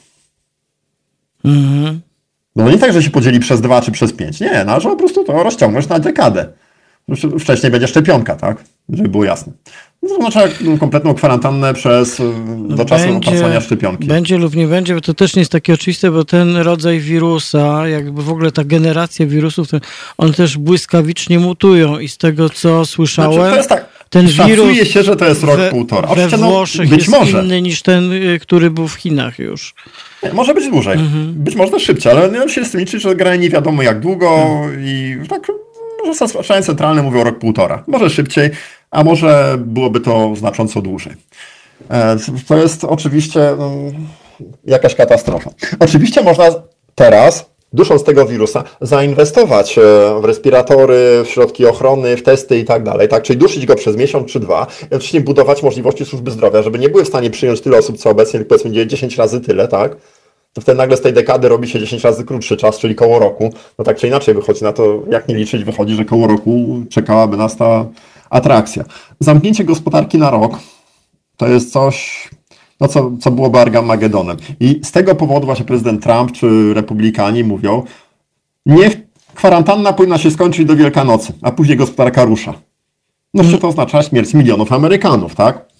S2: No nie tak, że się podzieli przez 2 czy przez 5. Nie, należało po prostu to rozciągnąć na dekadę. Wcześniej będzie szczepionka, tak? Żeby było jasne. To oznacza kompletną kwarantannę do czasu opracowania szczepionki.
S1: Będzie lub nie będzie, bo to też nie jest takie oczywiste, bo ten rodzaj wirusa, jakby w ogóle ta generacja wirusów, one też błyskawicznie mutują i z tego, co słyszałem,
S2: to jest tak,
S1: ten
S2: szacuje
S1: wirus
S2: się, że to jest rok, półtora.
S1: We Włoszech
S2: być
S1: jest
S2: może
S1: inny niż ten, który był w Chinach już.
S2: Nie, może być dłużej, być może też szybciej, ale nie się z tym liczyć, że gra nie wiadomo jak długo i tak, może zazwyczaj centralne mówią rok, półtora. Może szybciej, a może byłoby to znacząco dłużej. To jest oczywiście jakaś katastrofa. Oczywiście można teraz, dusząc tego wirusa, zainwestować w respiratory, w środki ochrony, w testy i tak dalej, tak? Czyli dusić go przez miesiąc czy 2 i oczywiście budować możliwości służby zdrowia, żeby nie były w stanie przyjąć tyle osób, co obecnie, tylko powiedzmy 10 razy tyle, tak? To wtedy nagle z tej dekady robi się 10 razy krótszy czas, czyli koło roku. No tak czy inaczej wychodzi na to, jak nie liczyć, wychodzi, że koło roku czekałaby nas ta atrakcja. Zamknięcie gospodarki na rok to jest coś, co byłoby Armagedonem. I z tego powodu właśnie prezydent Trump czy republikanie mówią, niech kwarantanna powinna się skończyć do Wielkanocy, a później gospodarka rusza. No to oznacza śmierć milionów Amerykanów, tak?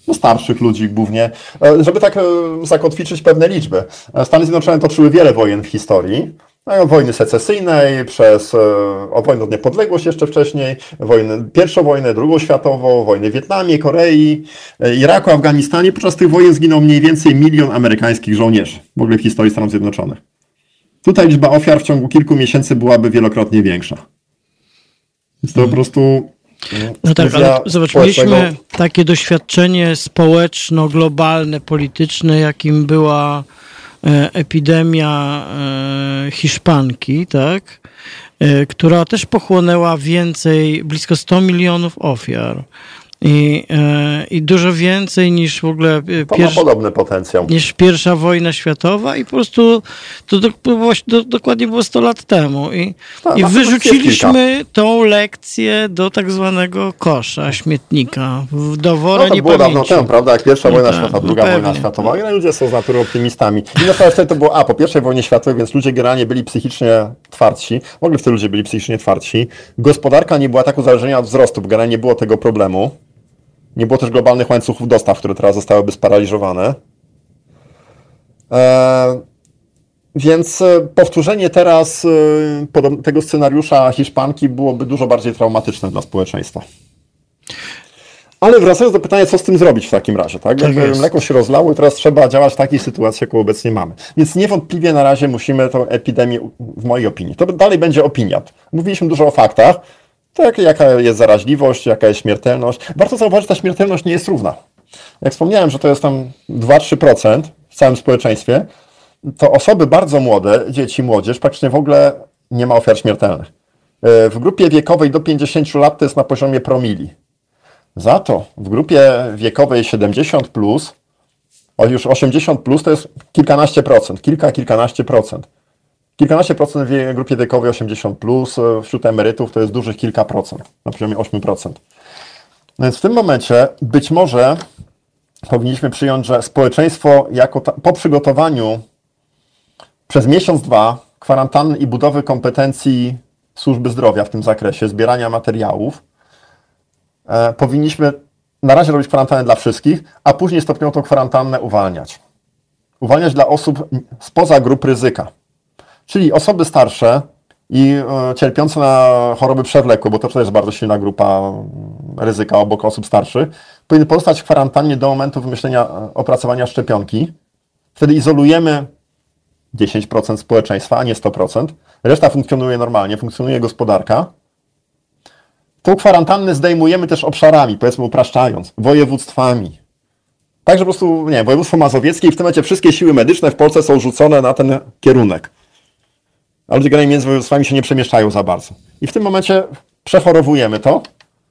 S2: starszych ludzi głównie, żeby tak zakotwiczyć pewne liczby. Stany Zjednoczone toczyły wiele wojen w historii. Od wojny secesyjnej, o wojnę o niepodległość jeszcze wcześniej, pierwszą wojnę, drugą światową, wojnę w Wietnamie, Korei, Iraku, Afganistanie. Podczas tych wojen zginął mniej więcej 1 milion amerykańskich żołnierzy w ogóle w historii Stanów Zjednoczonych. Tutaj liczba ofiar w ciągu kilku miesięcy byłaby wielokrotnie większa. Jest to po prostu...
S1: No tak, ale zobacz, mieliśmy takie doświadczenie społeczno-globalne, polityczne, jakim była epidemia hiszpanki, tak? Która też pochłonęła blisko 100 milionów ofiar. I dużo więcej niż w ogóle
S2: ma podobny potencjał.
S1: Niż pierwsza wojna światowa i po prostu to dokładnie było 100 lat temu. I wyrzuciliśmy tą lekcję do tak zwanego kosza, śmietnika, do wora niepamięci.
S2: To było dawno temu, prawda? Jak pierwsza wojna światowa, druga wojna światowa. I ludzie są z natury optymistami. I na przykład wtedy to było po pierwszej wojnie światowej, więc ludzie generalnie byli psychicznie twardsi. W ogóle wtedy ludzie byli psychicznie twardsi. Gospodarka nie była tak uzależniona od wzrostu, bo generalnie nie było tego problemu. Nie było też globalnych łańcuchów dostaw, które teraz zostałyby sparaliżowane. Więc powtórzenie teraz tego scenariusza Hiszpanki byłoby dużo bardziej traumatyczne dla społeczeństwa. Ale wracając do pytania, co z tym zrobić w takim razie, tak? Mleko się rozlało i teraz trzeba działać w takiej sytuacji, jaką obecnie mamy. Więc niewątpliwie na razie musimy tę epidemię, w mojej opinii, to dalej będzie opinia. Mówiliśmy dużo o faktach, tak, jaka jest zaraźliwość, jaka jest śmiertelność. Warto zauważyć, że ta śmiertelność nie jest równa. Jak wspomniałem, że to jest tam 2-3% w całym społeczeństwie, to osoby bardzo młode, dzieci, młodzież, praktycznie w ogóle nie ma ofiar śmiertelnych. W grupie wiekowej do 50 lat to jest na poziomie promili. Za to w grupie wiekowej 70+, już 80+, to jest kilkanaście procent, kilkanaście procent. Kilkanaście procent w grupie wiekowej 80+, wśród emerytów to jest dużych kilka procent, na poziomie 8%. No więc w tym momencie być może powinniśmy przyjąć, że społeczeństwo po przygotowaniu przez miesiąc, 2 kwarantanny i budowy kompetencji służby zdrowia w tym zakresie, zbierania materiałów, powinniśmy na razie robić kwarantannę dla wszystkich, a później stopniowo tą kwarantannę uwalniać. Uwalniać dla osób spoza grup ryzyka. Czyli osoby starsze i cierpiące na choroby przewlekłe, bo to też jest bardzo silna grupa ryzyka obok osób starszych, powinny pozostać w kwarantannie do momentu wymyślenia, opracowania szczepionki. Wtedy izolujemy 10% społeczeństwa, a nie 100%. Reszta funkcjonuje normalnie, funkcjonuje gospodarka. Tą kwarantannę zdejmujemy też obszarami, powiedzmy upraszczając, województwami. Także po prostu, nie wiem, województwo mazowieckie i w tym momencie wszystkie siły medyczne w Polsce są rzucone na ten kierunek. A ludzie generalnie między województwami się nie przemieszczają za bardzo. I w tym momencie przechorowujemy to,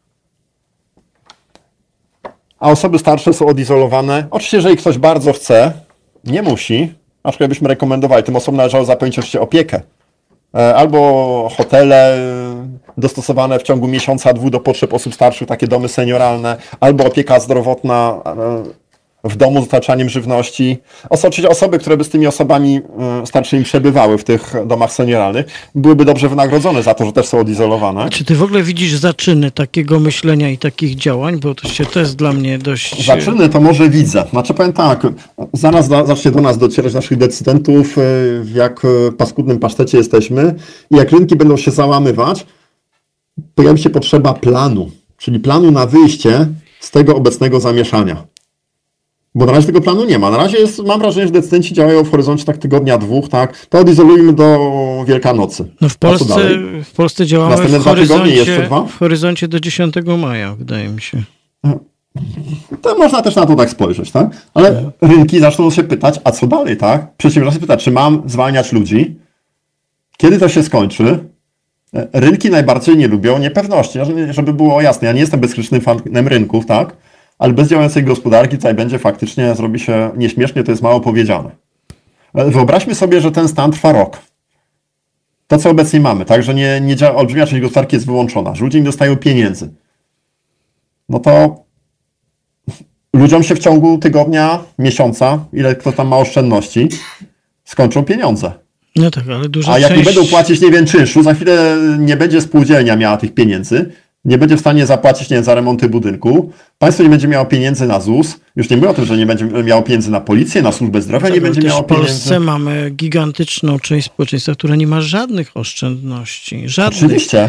S2: a osoby starsze są odizolowane. Oczywiście, jeżeli ktoś bardzo chce, nie musi, aczkolwiek byśmy rekomendowali, tym osobom należało zapewnić oczywiście opiekę. Albo hotele dostosowane w ciągu miesiąca, 2 do potrzeb osób starszych, takie domy senioralne, albo opieka zdrowotna w domu z dostarczaniem żywności. Oczywiście osoby, które by z tymi osobami starszymi przebywały w tych domach senioralnych, byłyby dobrze wynagrodzone za to, że też są odizolowane.
S1: Czy ty w ogóle widzisz zaczyny takiego myślenia i takich działań? Bo to jest dla mnie dość...
S2: Zaczyny to może widzę. Znaczy powiem tak, zaraz zacznie do nas docierać naszych decydentów, w jak paskudnym pasztecie jesteśmy i jak rynki będą się załamywać, pojawi się potrzeba planu, czyli planu na wyjście z tego obecnego zamieszania. Bo na razie tego planu nie ma. Na razie mam wrażenie, że decydenci działają w horyzoncie tak tygodnia, 2, tak? To odizolujmy do Wielkanocy.
S1: No w Polsce działamy w horyzoncie do 10 maja, wydaje mi się.
S2: To można też na to tak spojrzeć, tak? Ale rynki zaczną się pytać, a co dalej, tak? Przedsiębiorcy pytają, czy mam zwalniać ludzi? Kiedy to się skończy? Rynki najbardziej nie lubią niepewności. Żeby było jasne, ja nie jestem bezskutecznym fanem rynków, tak? Ale bez działającej gospodarki tutaj będzie faktycznie, zrobi się nieśmiesznie, to jest mało powiedziane. Wyobraźmy sobie, że ten stan trwa rok. To, co obecnie mamy, tak, że nie działa, olbrzymia część gospodarki jest wyłączona, że ludzie nie dostają pieniędzy. No to ludziom się w ciągu tygodnia, miesiąca, ile kto tam ma oszczędności, skończą pieniądze.
S1: No tak, ale duża
S2: A jak
S1: część...
S2: nie będą płacić, nie wiem, czynszu, za chwilę nie będzie spółdzielnia miała tych pieniędzy, nie będzie w stanie zapłacić, nie wiem, za remonty budynku, państwo nie będzie miało pieniędzy na ZUS, już nie mówię o tym, że nie będzie miało pieniędzy na policję, na służbę zdrowia, nie będzie miało pieniędzy.
S1: W Polsce mamy gigantyczną część społeczeństwa, która nie ma żadnych oszczędności. Żadnych.
S2: Oczywiście.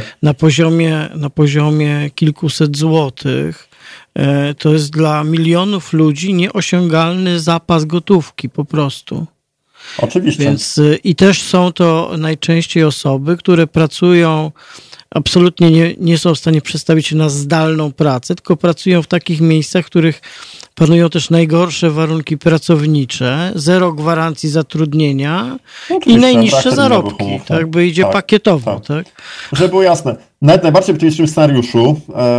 S1: Na poziomie kilkuset złotych. To jest dla milionów ludzi nieosiągalny zapas gotówki po prostu.
S2: Oczywiście.
S1: Więc i też są to najczęściej osoby, które pracują, absolutnie nie są w stanie przestawić się na zdalną pracę, tylko pracują w takich miejscach, w których panują też najgorsze warunki pracownicze, zero gwarancji zatrudnienia i najniższe zarobki. Tak by idzie pakietowo. Tak.
S2: Żeby było jasne, nawet najbardziej optymistycznym scenariuszu,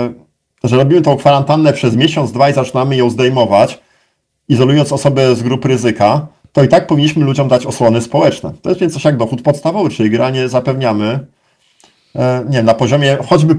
S2: że robimy tą kwarantannę przez miesiąc, 2 i zaczynamy ją zdejmować, izolując osoby z grup ryzyka, to i tak powinniśmy ludziom dać osłony społeczne. To jest więc coś jak dochód podstawowy, czyli generalnie zapewniamy, nie wiem, na poziomie choćby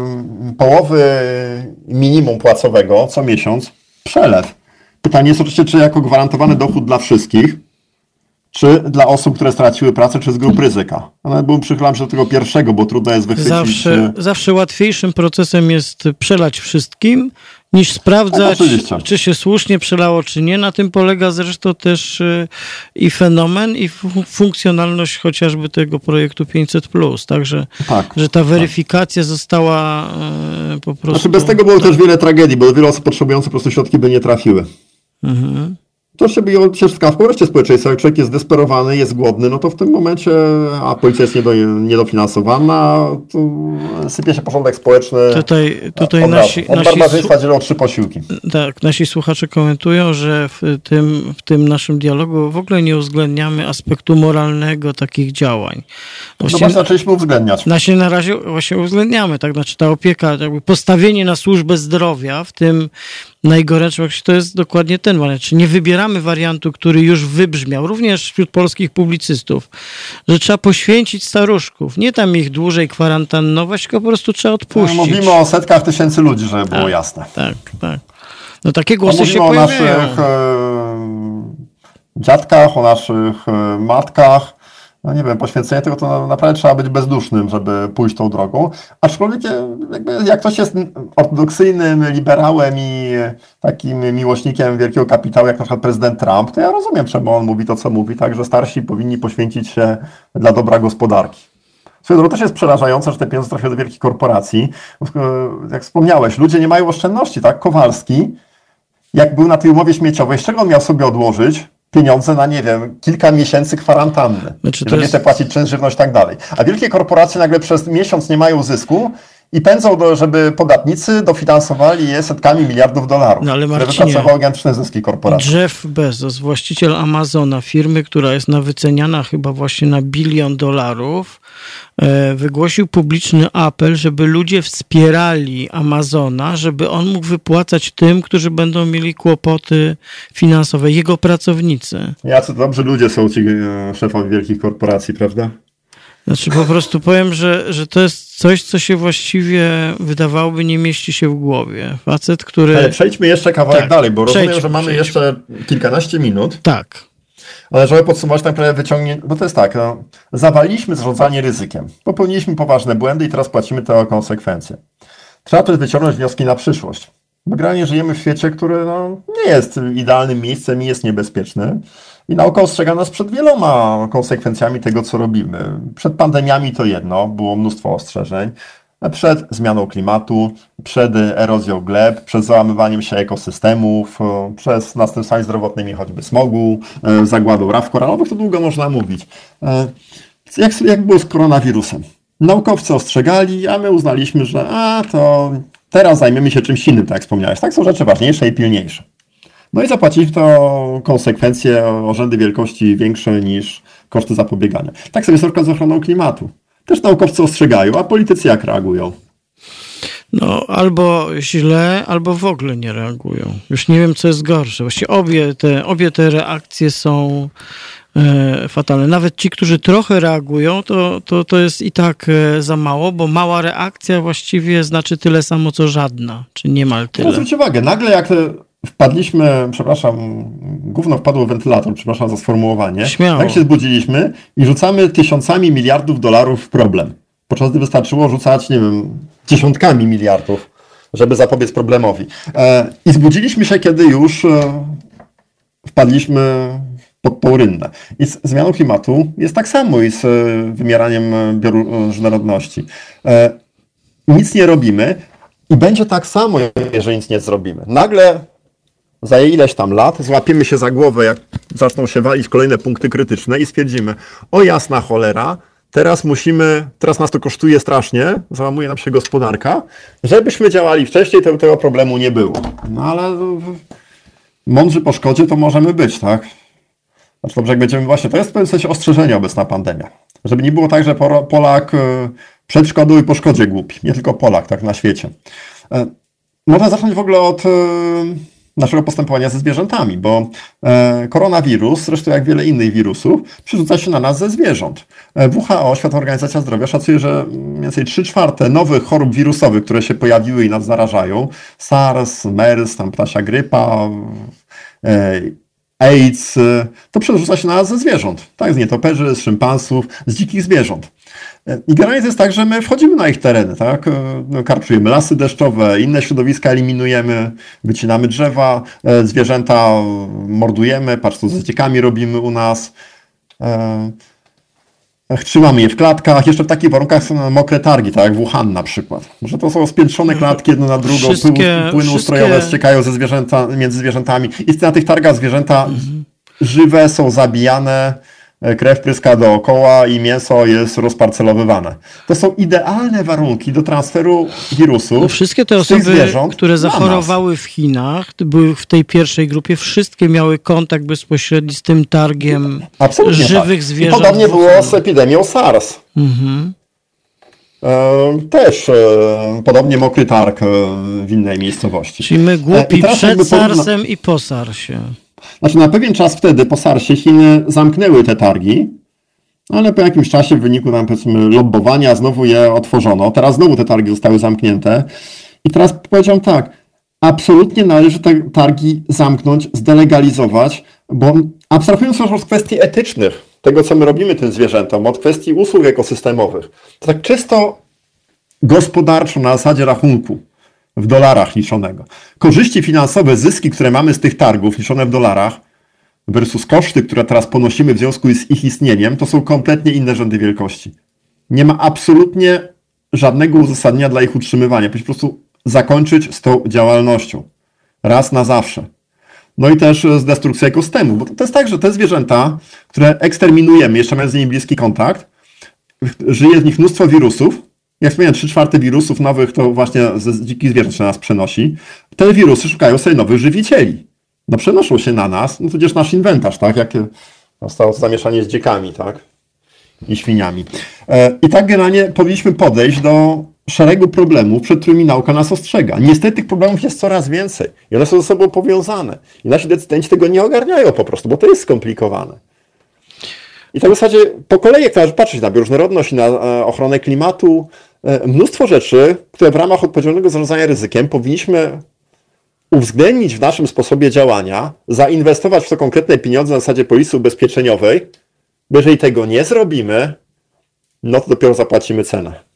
S2: połowy minimum płacowego co miesiąc przelew. Pytanie jest oczywiście, czy jako gwarantowany dochód dla wszystkich, czy dla osób, które straciły pracę, czy z grup ryzyka. Ale przychylam się do tego pierwszego, bo trudno jest wychwycić.
S1: Zawsze łatwiejszym procesem jest przelać wszystkim, niż sprawdzać, czy się słusznie przelało, czy nie. Na tym polega zresztą też i fenomen, i funkcjonalność chociażby tego projektu 500+. Także, że ta weryfikacja została po prostu...
S2: Znaczy bez tego było też wiele tragedii, bo wiele osób potrzebujących po prostu środki by nie trafiły.
S1: Mhm.
S2: To się biją ciężkawką wreszcie społeczeństwa. Jak człowiek jest zdesperowany, jest głodny, no to w tym momencie, a policja jest niedofinansowana, to sypie się porządek społeczny.
S1: Tutaj
S2: od barbarzyństwa dzielą 3 posiłki.
S1: Tak, nasi słuchacze komentują, że w tym naszym dialogu w ogóle nie uwzględniamy aspektu moralnego takich działań.
S2: Właśnie zaczęliśmy uwzględniać.
S1: Na razie właśnie uwzględniamy, tak? Znaczy ta opieka, jakby postawienie na służbę zdrowia w tym najgorętszym, to jest dokładnie ten wariant. Czy nie wybieramy wariantu, który już wybrzmiał, również wśród polskich publicystów, że trzeba poświęcić staruszków, nie tam ich dłużej kwarantannować, tylko po prostu trzeba odpuścić.
S2: No, mówimy o setkach tysięcy ludzi, żeby było jasne.
S1: Tak. No takie głosy się
S2: pojawiają.
S1: Mówimy
S2: o naszych dziadkach, o naszych matkach. No nie wiem, poświęcenie tego to naprawdę trzeba być bezdusznym, żeby pójść tą drogą. Aczkolwiek jak ktoś jest ortodoksyjnym liberałem i takim miłośnikiem wielkiego kapitału, jak na przykład prezydent Trump, to ja rozumiem, czemu on mówi to, co mówi, tak, że starsi powinni poświęcić się dla dobra gospodarki. Swoją drogą też jest przerażające, że te pieniądze trafiają do wielkich korporacji. Jak wspomniałeś, ludzie nie mają oszczędności, tak? Kowalski, jak był na tej umowie śmieciowej, z czego on miał sobie odłożyć pieniądze na, nie wiem, kilka miesięcy kwarantanny. Żeby nie chce płacić czynsz, żywność i tak dalej. A wielkie korporacje nagle przez miesiąc nie mają zysku i pędzą, żeby podatnicy dofinansowali je setkami miliardów dolarów.
S1: No ale
S2: Marcinie, żeby pracowały gigantyczne zyski korporacji.
S1: Jeff Bezos, właściciel Amazona, firmy, która jest wyceniana chyba właśnie na $1 bilion, wygłosił publiczny apel, żeby ludzie wspierali Amazona, żeby on mógł wypłacać tym, którzy będą mieli kłopoty finansowe, jego pracownicy.
S2: Jacy dobrzy ludzie są ci szefowie wielkich korporacji, prawda?
S1: Znaczy po prostu powiem, że to jest coś, co się właściwie wydawałoby nie mieści się w głowie. Facet, który...
S2: Ale przejdźmy jeszcze kawałek dalej, bo rozumiem, że mamy jeszcze kilkanaście minut.
S1: Tak.
S2: Ale żeby podsumować, tak naprawdę wyciągnie, bo to jest tak, zawaliliśmy zarządzanie ryzykiem, popełniliśmy poważne błędy i teraz płacimy te konsekwencje. Trzeba też wyciągnąć wnioski na przyszłość. Bo generalnie żyjemy w świecie, który nie jest idealnym miejscem i jest niebezpieczny. I nauka ostrzega nas przed wieloma konsekwencjami tego, co robimy. Przed pandemiami to jedno, było mnóstwo ostrzeżeń. Przed zmianą klimatu, przed erozją gleb, przed załamywaniem się ekosystemów, przez następstwami zdrowotnymi choćby smogu, zagładą raw koralowych, to długo można mówić. Jak było z koronawirusem? Naukowcy ostrzegali, a my uznaliśmy, że to teraz zajmiemy się czymś innym, tak jak wspomniałeś. Tak, są rzeczy ważniejsze i pilniejsze. No i zapłaciliśmy to konsekwencje o rzędy wielkości większe niż koszty zapobiegania. Tak sobie jest na przykład z ochroną klimatu. Też naukowcy ostrzegają, a politycy jak reagują?
S1: No albo źle, albo w ogóle nie reagują. Już nie wiem, co jest gorsze. Właściwie obie te reakcje są fatalne. Nawet ci, którzy trochę reagują, to jest i tak za mało, bo mała reakcja właściwie znaczy tyle samo, co żadna, czy niemal tyle.
S2: Zwróćcie uwagę, nagle jak wpadliśmy, gówno wpadło w wentylator, przepraszam za sformułowanie.
S1: Śmiało.
S2: Tak się zbudziliśmy i rzucamy tysiącami miliardów dolarów w problem. Podczas gdy wystarczyło rzucać, nie wiem, dziesiątkami miliardów, żeby zapobiec problemowi. I zbudziliśmy się, kiedy już wpadliśmy pod tą rynnę. I z zmianą klimatu jest tak samo i z wymieraniem bioróżnorodności. Nic nie robimy i będzie tak samo, jeżeli nic nie zrobimy. Nagle za ileś tam lat złapiemy się za głowę, jak zaczną się walić kolejne punkty krytyczne i stwierdzimy, o jasna cholera, teraz nas to kosztuje strasznie, załamuje nam się gospodarka, żebyśmy działali wcześniej, to tego problemu nie było. No ale mądrzy po szkodzie to możemy być, tak? Znaczy dobrze, jak będziemy właśnie, to jest w pewnym sensie ostrzeżenie obecna pandemia. Żeby nie było tak, że Polak przed szkodą i po szkodzie głupi. Nie tylko Polak, tak na świecie. Można zacząć w ogóle od naszego postępowania ze zwierzętami, bo koronawirus, zresztą jak wiele innych wirusów, przerzuca się na nas ze zwierząt. WHO, Światowa Organizacja Zdrowia, szacuje, że mniej więcej 3/4 nowych chorób wirusowych, które się pojawiły i nas zarażają, SARS, MERS, tam ptasia grypa, AIDS, to przerzuca się na nas ze zwierząt. Tak, z nietoperzy, z szympansów, z dzikich zwierząt. I generalnie to jest tak, że my wchodzimy na ich tereny, tak? Karczujemy lasy deszczowe, inne środowiska eliminujemy, wycinamy drzewa, zwierzęta mordujemy, patrz co z dzieciakami robimy u nas. Trzymamy je w klatkach, jeszcze w takich warunkach są mokre targi, tak jak Wuhan na przykład. Że to są spiętrzone klatki jedno na drugą, płyny ustrojowe ściekają między zwierzętami i na tych targach zwierzęta żywe są zabijane, krew pryska dookoła i mięso jest rozparcelowywane. To są idealne warunki do transferu wirusów.
S1: No wszystkie te osoby, które zachorowały w Chinach, były w tej pierwszej grupie, wszystkie miały kontakt bezpośredni z tym targiem żywych zwierząt.
S2: I podobnie było z epidemią SARS. Też podobnie mokry targ w innej miejscowości.
S1: Czyli my głupi przed SARS-em i po SARS-ie.
S2: Znaczy na pewien czas wtedy po SARS-ie Chiny zamknęły te targi, ale po jakimś czasie w wyniku tam powiedzmy lobbowania znowu je otworzono. Teraz znowu te targi zostały zamknięte. I teraz powiedziałem tak, absolutnie należy te targi zamknąć, zdelegalizować, bo abstrahując już od kwestii etycznych, tego co my robimy tym zwierzętom, od kwestii usług ekosystemowych, to tak czysto gospodarczo na zasadzie rachunku, w dolarach liczonego. Korzyści finansowe, zyski, które mamy z tych targów liczone w dolarach versus koszty, które teraz ponosimy w związku z ich istnieniem, to są kompletnie inne rzędy wielkości. Nie ma absolutnie żadnego uzasadnienia dla ich utrzymywania. Po prostu zakończyć z tą działalnością. Raz na zawsze. No i też z destrukcją ekosystemu, bo to jest tak, że te zwierzęta, które eksterminujemy, jeszcze mając z nimi bliski kontakt, żyje z nich mnóstwo wirusów. Jak wspomniałem, 3/4 wirusów nowych to właśnie z dzikich zwierząt się nas przenosi. Te wirusy szukają sobie nowych żywicieli. No przenoszą się na nas, no tudzież nasz inwentarz, tak? Jak zostało zamieszanie z dzikami, tak? I świniami. I tak generalnie powinniśmy podejść do szeregu problemów, przed którymi nauka nas ostrzega. Niestety tych problemów jest coraz więcej i one są ze sobą powiązane. I nasi decydenci tego nie ogarniają po prostu, bo to jest skomplikowane. I tak w zasadzie po kolei, jak należy patrzeć na bioróżnorodność, na ochronę klimatu, mnóstwo rzeczy, które w ramach odpowiedzialnego zarządzania ryzykiem powinniśmy uwzględnić w naszym sposobie działania, zainwestować w to konkretne pieniądze na zasadzie polisy ubezpieczeniowej, bo jeżeli tego nie zrobimy, no to dopiero zapłacimy cenę.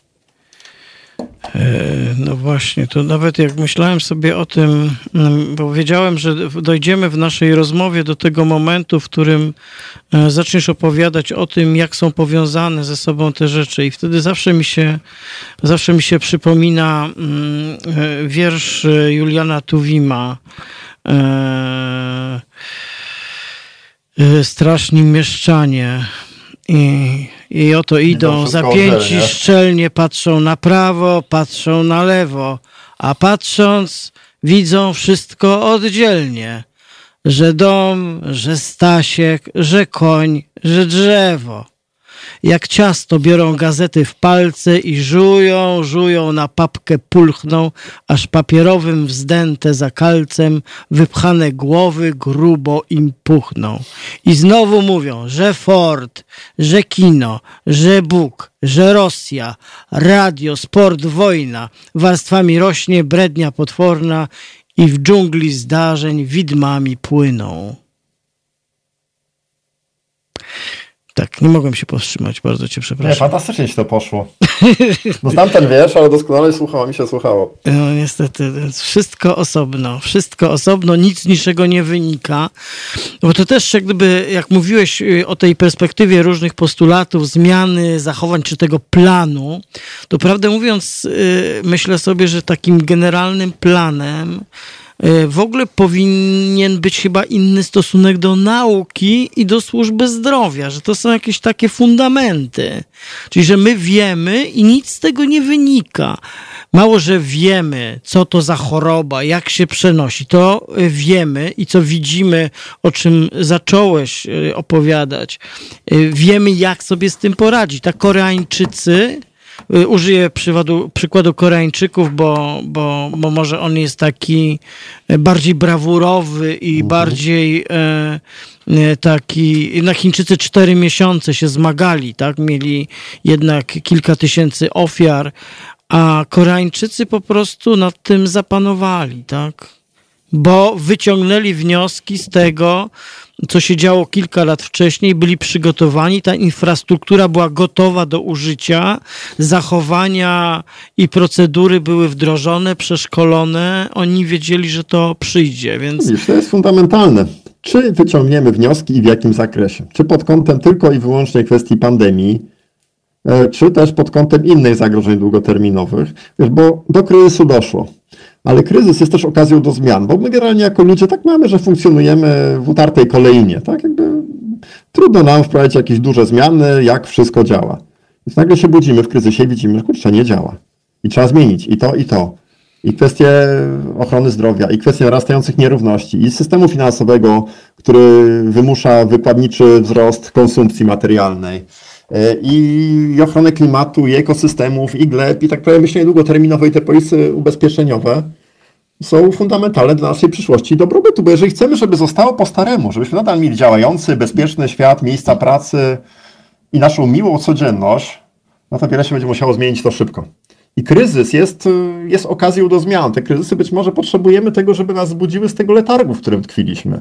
S1: No właśnie, to nawet jak myślałem sobie o tym, bo wiedziałem, że dojdziemy w naszej rozmowie do tego momentu, w którym zaczniesz opowiadać o tym, jak są powiązane ze sobą te rzeczy i wtedy zawsze mi się przypomina wiersz Juliana Tuwima Straszni mieszczanie. I oto idą, zapięci szczelnie, patrzą na prawo, patrzą na lewo, a patrząc widzą wszystko oddzielnie, że dom, że Stasiek, że koń, że drzewo. Jak ciasto biorą gazety w palce i żują, na papkę pulchną, aż papierowym wzdęte za kalcem, wypchane głowy grubo im puchną. I znowu mówią, że Ford, że kino, że Bóg, że Rosja, radio, sport, wojna, warstwami rośnie brednia potworna i w dżungli zdarzeń widmami płyną. Tak Nie mogłem się powstrzymać, bardzo cię
S2: Nie,
S1: przepraszam.
S2: fantastycznie ci to poszło. No znam ten wiersz, ale doskonale mi się słuchało.
S1: No niestety, wszystko osobno, nic z niczego nie wynika. Bo to też jak gdyby, jak mówiłeś o tej perspektywie różnych postulatów, zmiany zachowań czy tego planu, to prawdę mówiąc myślę sobie, że takim generalnym planem w ogóle powinien być chyba inny stosunek do nauki i do służby zdrowia, że to są jakieś takie fundamenty. Czyli, że my wiemy i nic z tego nie wynika. Mało, że wiemy, co to za choroba, jak się przenosi, to wiemy i co widzimy, o czym zacząłeś opowiadać. Wiemy, jak sobie z tym poradzić. Tak Koreańczycy, użyję przykładu Koreańczyków, bo może on jest taki bardziej brawurowy i bardziej taki, jednak Chińczycy 4 miesiące się zmagali, tak? Mieli jednak kilka tysięcy ofiar, a Koreańczycy po prostu nad tym zapanowali, tak? Bo wyciągnęli wnioski z tego, co się działo kilka lat wcześniej, byli przygotowani, ta infrastruktura była gotowa do użycia, zachowania i procedury były wdrożone, przeszkolone, oni wiedzieli, że to przyjdzie, więc...
S2: Widzisz, to jest fundamentalne. Czy wyciągniemy wnioski i w jakim zakresie? Czy pod kątem tylko i wyłącznie kwestii pandemii, czy też pod kątem innych zagrożeń długoterminowych? Wiesz, bo do kryzysu doszło. Ale kryzys jest też okazją do zmian, bo my generalnie jako ludzie tak mamy, że funkcjonujemy w utartej kolejnie, tak? Jakby trudno nam wprowadzić jakieś duże zmiany, jak wszystko działa. Więc nagle się budzimy w kryzysie i widzimy, że kurczę, nie działa. I trzeba zmienić i to, i to. I kwestie ochrony zdrowia, i kwestie narastających nierówności, i systemu finansowego, który wymusza wykładniczy wzrost konsumpcji materialnej, i ochrony klimatu, i ekosystemów, i gleb, i tak powiem, myślenie długoterminowe i te polisy ubezpieczeniowe są fundamentalne dla naszej przyszłości i dobrobytu, bo jeżeli chcemy, żeby zostało po staremu, żebyśmy nadal mieli działający, bezpieczny świat, miejsca pracy i naszą miłą codzienność, no to wiele się będzie musiało zmienić to szybko. I kryzys jest okazją do zmian. Te kryzysy być może potrzebujemy tego, żeby nas zbudziły z tego letargu, w którym tkwiliśmy.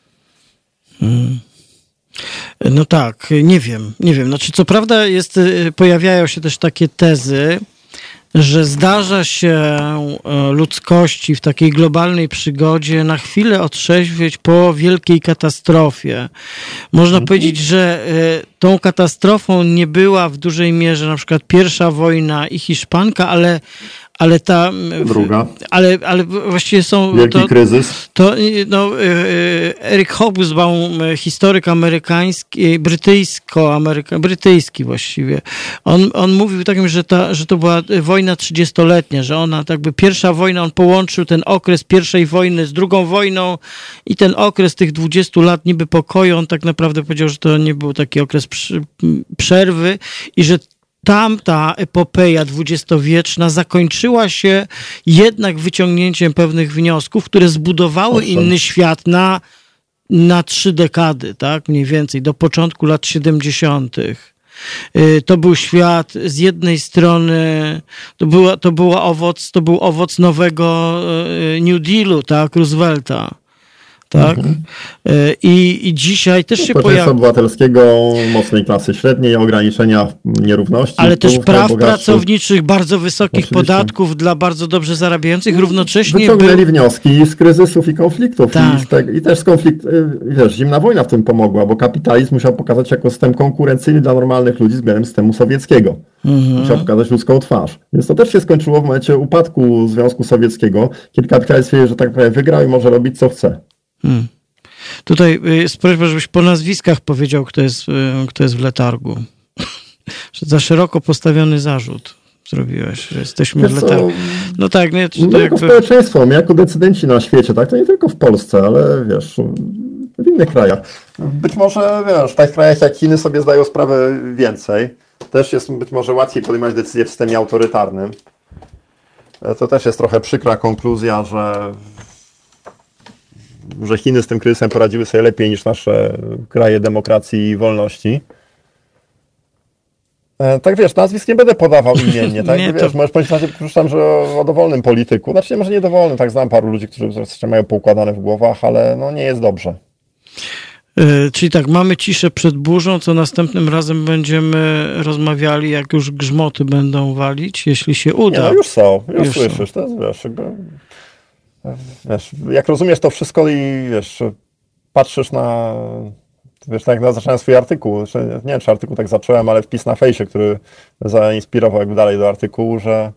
S1: No tak, nie wiem. Znaczy, co prawda pojawiają się też takie tezy, że zdarza się ludzkości w takiej globalnej przygodzie na chwilę otrzeźwieć po wielkiej katastrofie. Można powiedzieć, że tą katastrofą nie była w dużej mierze na przykład pierwsza wojna i hiszpanka, ale ta...
S2: Druga.
S1: Ale właściwie są...
S2: Wielki kryzys.
S1: Eric Hobsbawm, historyk amerykański, brytyjski właściwie, on mówił takim, że to była wojna 30-letnia, że ona tak by pierwsza wojna, on połączył ten okres pierwszej wojny z drugą wojną i ten okres tych 20 lat niby pokoju, on tak naprawdę powiedział, że to nie był taki okres przerwy i że tamta epopeja dwudziestowieczna zakończyła się jednak wyciągnięciem pewnych wniosków, które zbudowały inny świat na 3 dekady, tak? Mniej więcej, do początku lat 70. To był świat z jednej strony, to był owoc nowego New Dealu, tak? Roosevelta. Tak? I dzisiaj też się pojawia...
S2: obywatelskiego, mocnej klasy średniej, ograniczenia nierówności.
S1: Ale też praw pracowniczych, bardzo wysokich podatków dla bardzo dobrze zarabiających, równocześnie...
S2: Wyciągnęli wnioski z kryzysów i konfliktów.
S1: Tak.
S2: I też z zimna wojna w tym pomogła, bo kapitalizm musiał pokazać jako system konkurencyjny dla normalnych ludzi względem systemu sowieckiego. Musiał pokazać ludzką twarz. Więc to też się skończyło w momencie upadku Związku Sowieckiego, kiedy kapitalizm stwierdził, że tak powiem wygrał i może robić co chce.
S1: Tutaj proszę, żebyś po nazwiskach powiedział, kto jest w letargu. Za szeroko postawiony zarzut zrobiłeś, że jesteśmy w letargu. No tak, nie?
S2: My jako społeczeństwo, my jako decydenci na świecie, tak? To nie tylko w Polsce, ale wiesz, w innych krajach. Być może, wiesz, w takich krajach jak Chiny sobie zdają sprawę więcej. Też jest być może łatwiej podejmować decyzje w systemie autorytarnym. To też jest trochę przykra konkluzja, że Chiny z tym kryzysem poradziły sobie lepiej niż nasze kraje demokracji i wolności. Tak wiesz, nazwisk nie będę podawał imiennie, tak? Nie, wiesz, możesz powiedzieć, że przypuszczam, że o dowolnym polityku. Znaczy, może nie dowolnym, tak znam paru ludzi, którzy mają poukładane w głowach, ale no nie jest dobrze.
S1: Czyli tak, mamy ciszę przed burzą, co następnym razem będziemy rozmawiali, jak już grzmoty będą walić, jeśli się uda.
S2: Nie, no już są, już słyszysz, to jest, wiesz, jak rozumiesz to wszystko i wiesz, patrzysz na, wiesz, tak jak zacząłem swój artykuł, nie wiem, czy artykuł tak zacząłem, ale wpis na fejsie, który zainspirował jakby dalej do artykułu, że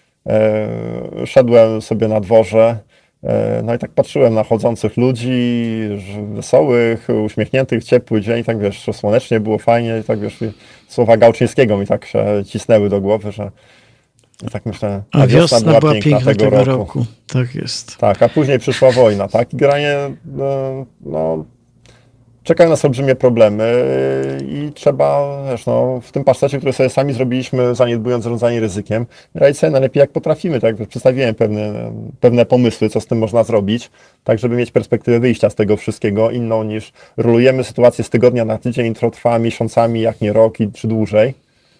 S2: szedłem sobie na dworze, no i tak patrzyłem na chodzących ludzi, wesołych, uśmiechniętych, ciepły dzień, tak wiesz, słonecznie było fajnie i tak wiesz, słowa Gałczyńskiego mi tak się cisnęły do głowy, że i tak myślę,
S1: a wiosna była piękna tego roku. Tak jest.
S2: Tak, a później przyszła wojna, tak? I generalnie no, czekają nas olbrzymie problemy i trzeba, wiesz, no, w tym pasztecie, który sobie sami zrobiliśmy, zaniedbując zarządzanie ryzykiem, radzić sobie najlepiej jak potrafimy, tak? Przedstawiłem pewne pomysły, co z tym można zrobić, tak żeby mieć perspektywę wyjścia z tego wszystkiego, inną niż rolujemy sytuację z tygodnia na tydzień, to trwa miesiącami, jak nie rok czy dłużej,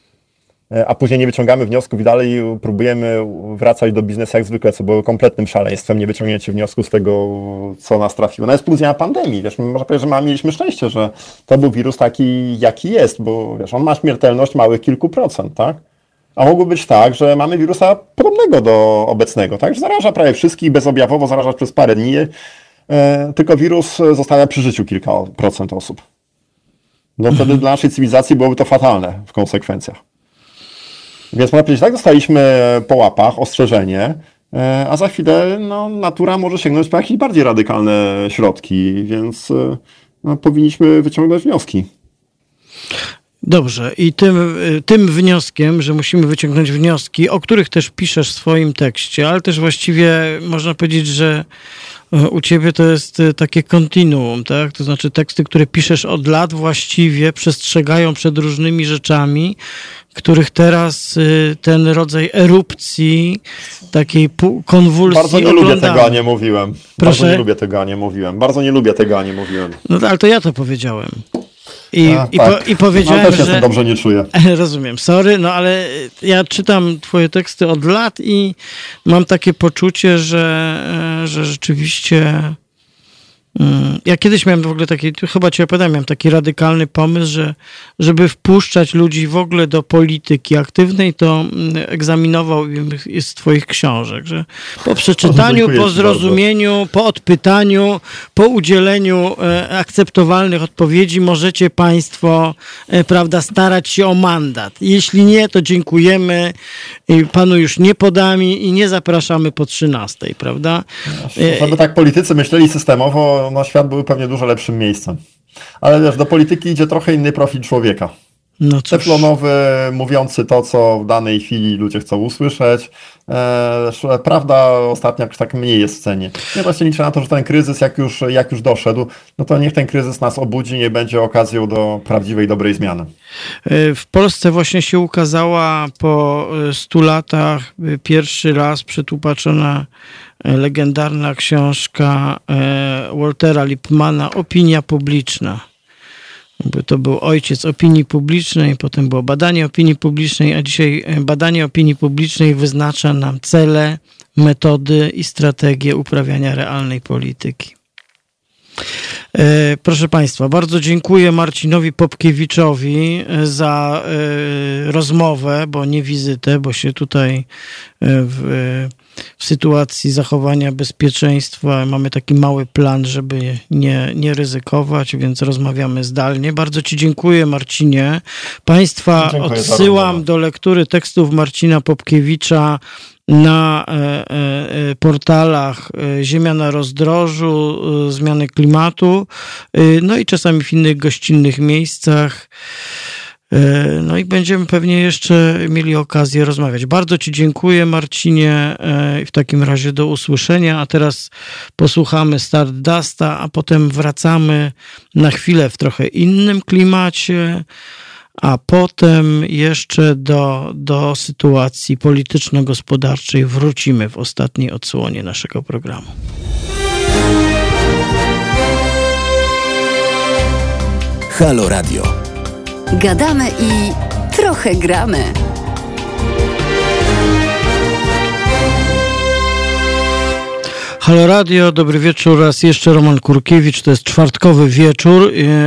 S2: a później nie wyciągamy wniosków i dalej próbujemy wracać do biznesu jak zwykle, co było kompletnym szaleństwem, nie wyciągnięcie wniosku z tego, co nas trafiło. No jest pół dnia pandemii, wiesz, można powiedzieć, że mieliśmy szczęście, że to był wirus taki, jaki jest, bo wiesz, on ma śmiertelność małych kilku procent, tak? A mogło być tak, że mamy wirusa podobnego do obecnego, tak? Że zaraża prawie wszystkich, bezobjawowo zaraża przez parę dni, tylko wirus zostawia przy życiu kilka procent osób. No wtedy dla naszej cywilizacji byłoby to fatalne w konsekwencjach. Więc można powiedzieć, tak, dostaliśmy po łapach ostrzeżenie, a za chwilę no, natura może sięgnąć po jakieś bardziej radykalne środki, więc no, powinniśmy wyciągnąć wnioski.
S1: Dobrze, i tym wnioskiem, że musimy wyciągnąć wnioski, o których też piszesz w swoim tekście, ale też właściwie można powiedzieć, że u ciebie to jest takie kontinuum, tak? To znaczy teksty, które piszesz od lat właściwie przestrzegają przed różnymi rzeczami, których teraz ten rodzaj erupcji, takiej konwulsji
S2: Bardzo nie
S1: oglądamy.
S2: lubię tego, a nie mówiłem.
S1: Proszę?
S2: Bardzo nie lubię tego, a nie mówiłem. Bardzo nie lubię tego, a nie mówiłem.
S1: No ale to ja to powiedziałem. I powiedziałem,
S2: no, też
S1: że...
S2: jestem dobrze nie czuję.
S1: Rozumiem, sorry, no ale ja czytam twoje teksty od lat i mam takie poczucie, że rzeczywiście... Ja kiedyś miałem w ogóle taki, chyba ci opowiadałem, miałem taki radykalny pomysł, że żeby wpuszczać ludzi w ogóle do polityki aktywnej, to egzaminowałbym z twoich książek, że po przeczytaniu, po zrozumieniu, po odpytaniu, po udzieleniu akceptowalnych odpowiedzi możecie państwo, prawda, starać się o mandat. Jeśli nie, to dziękujemy, panu już nie podamy i nie zapraszamy po 13, prawda?
S2: Żeby tak politycy myśleli systemowo, no świat był pewnie dużo lepszym miejscem. Ale wiesz, do polityki idzie trochę inny profil człowieka.
S1: No cóż.
S2: Teflonowy, mówiący to, co w danej chwili ludzie chcą usłyszeć. Prawda ostatnio tak mniej jest w cenie. Ja właśnie liczę na to, że ten kryzys, jak już doszedł, no to niech ten kryzys nas obudzi, nie będzie okazją do prawdziwej, dobrej zmiany.
S1: W Polsce właśnie się ukazała po 100 latach pierwszy raz przetłumaczona legendarna książka Waltera Lippmana Opinia publiczna. To był ojciec opinii publicznej, potem było badanie opinii publicznej, a dzisiaj badanie opinii publicznej wyznacza nam cele, metody i strategie uprawiania realnej polityki. Proszę Państwa, bardzo dziękuję Marcinowi Popkiewiczowi za rozmowę, bo nie wizytę, bo się tutaj w sytuacji zachowania bezpieczeństwa mamy taki mały plan, żeby nie ryzykować, więc rozmawiamy zdalnie. Bardzo Ci dziękuję, Marcinie. Państwa odsyłam do lektury tekstów Marcina Popkiewicza na portalach Ziemia na rozdrożu, Zmiany klimatu, no i czasami w innych gościnnych miejscach. No i będziemy pewnie jeszcze mieli okazję rozmawiać. Bardzo Ci dziękuję, Marcinie. W takim razie do usłyszenia. A teraz posłuchamy Stardusta, a potem wracamy na chwilę w trochę innym klimacie, a potem jeszcze do sytuacji polityczno-gospodarczej wrócimy w ostatniej odsłonie naszego programu.
S4: Halo Radio.
S3: Gadamy i trochę gramy.
S1: Halo Radio, dobry wieczór, raz jeszcze Roman Kurkiewicz, to jest czwartkowy wieczór,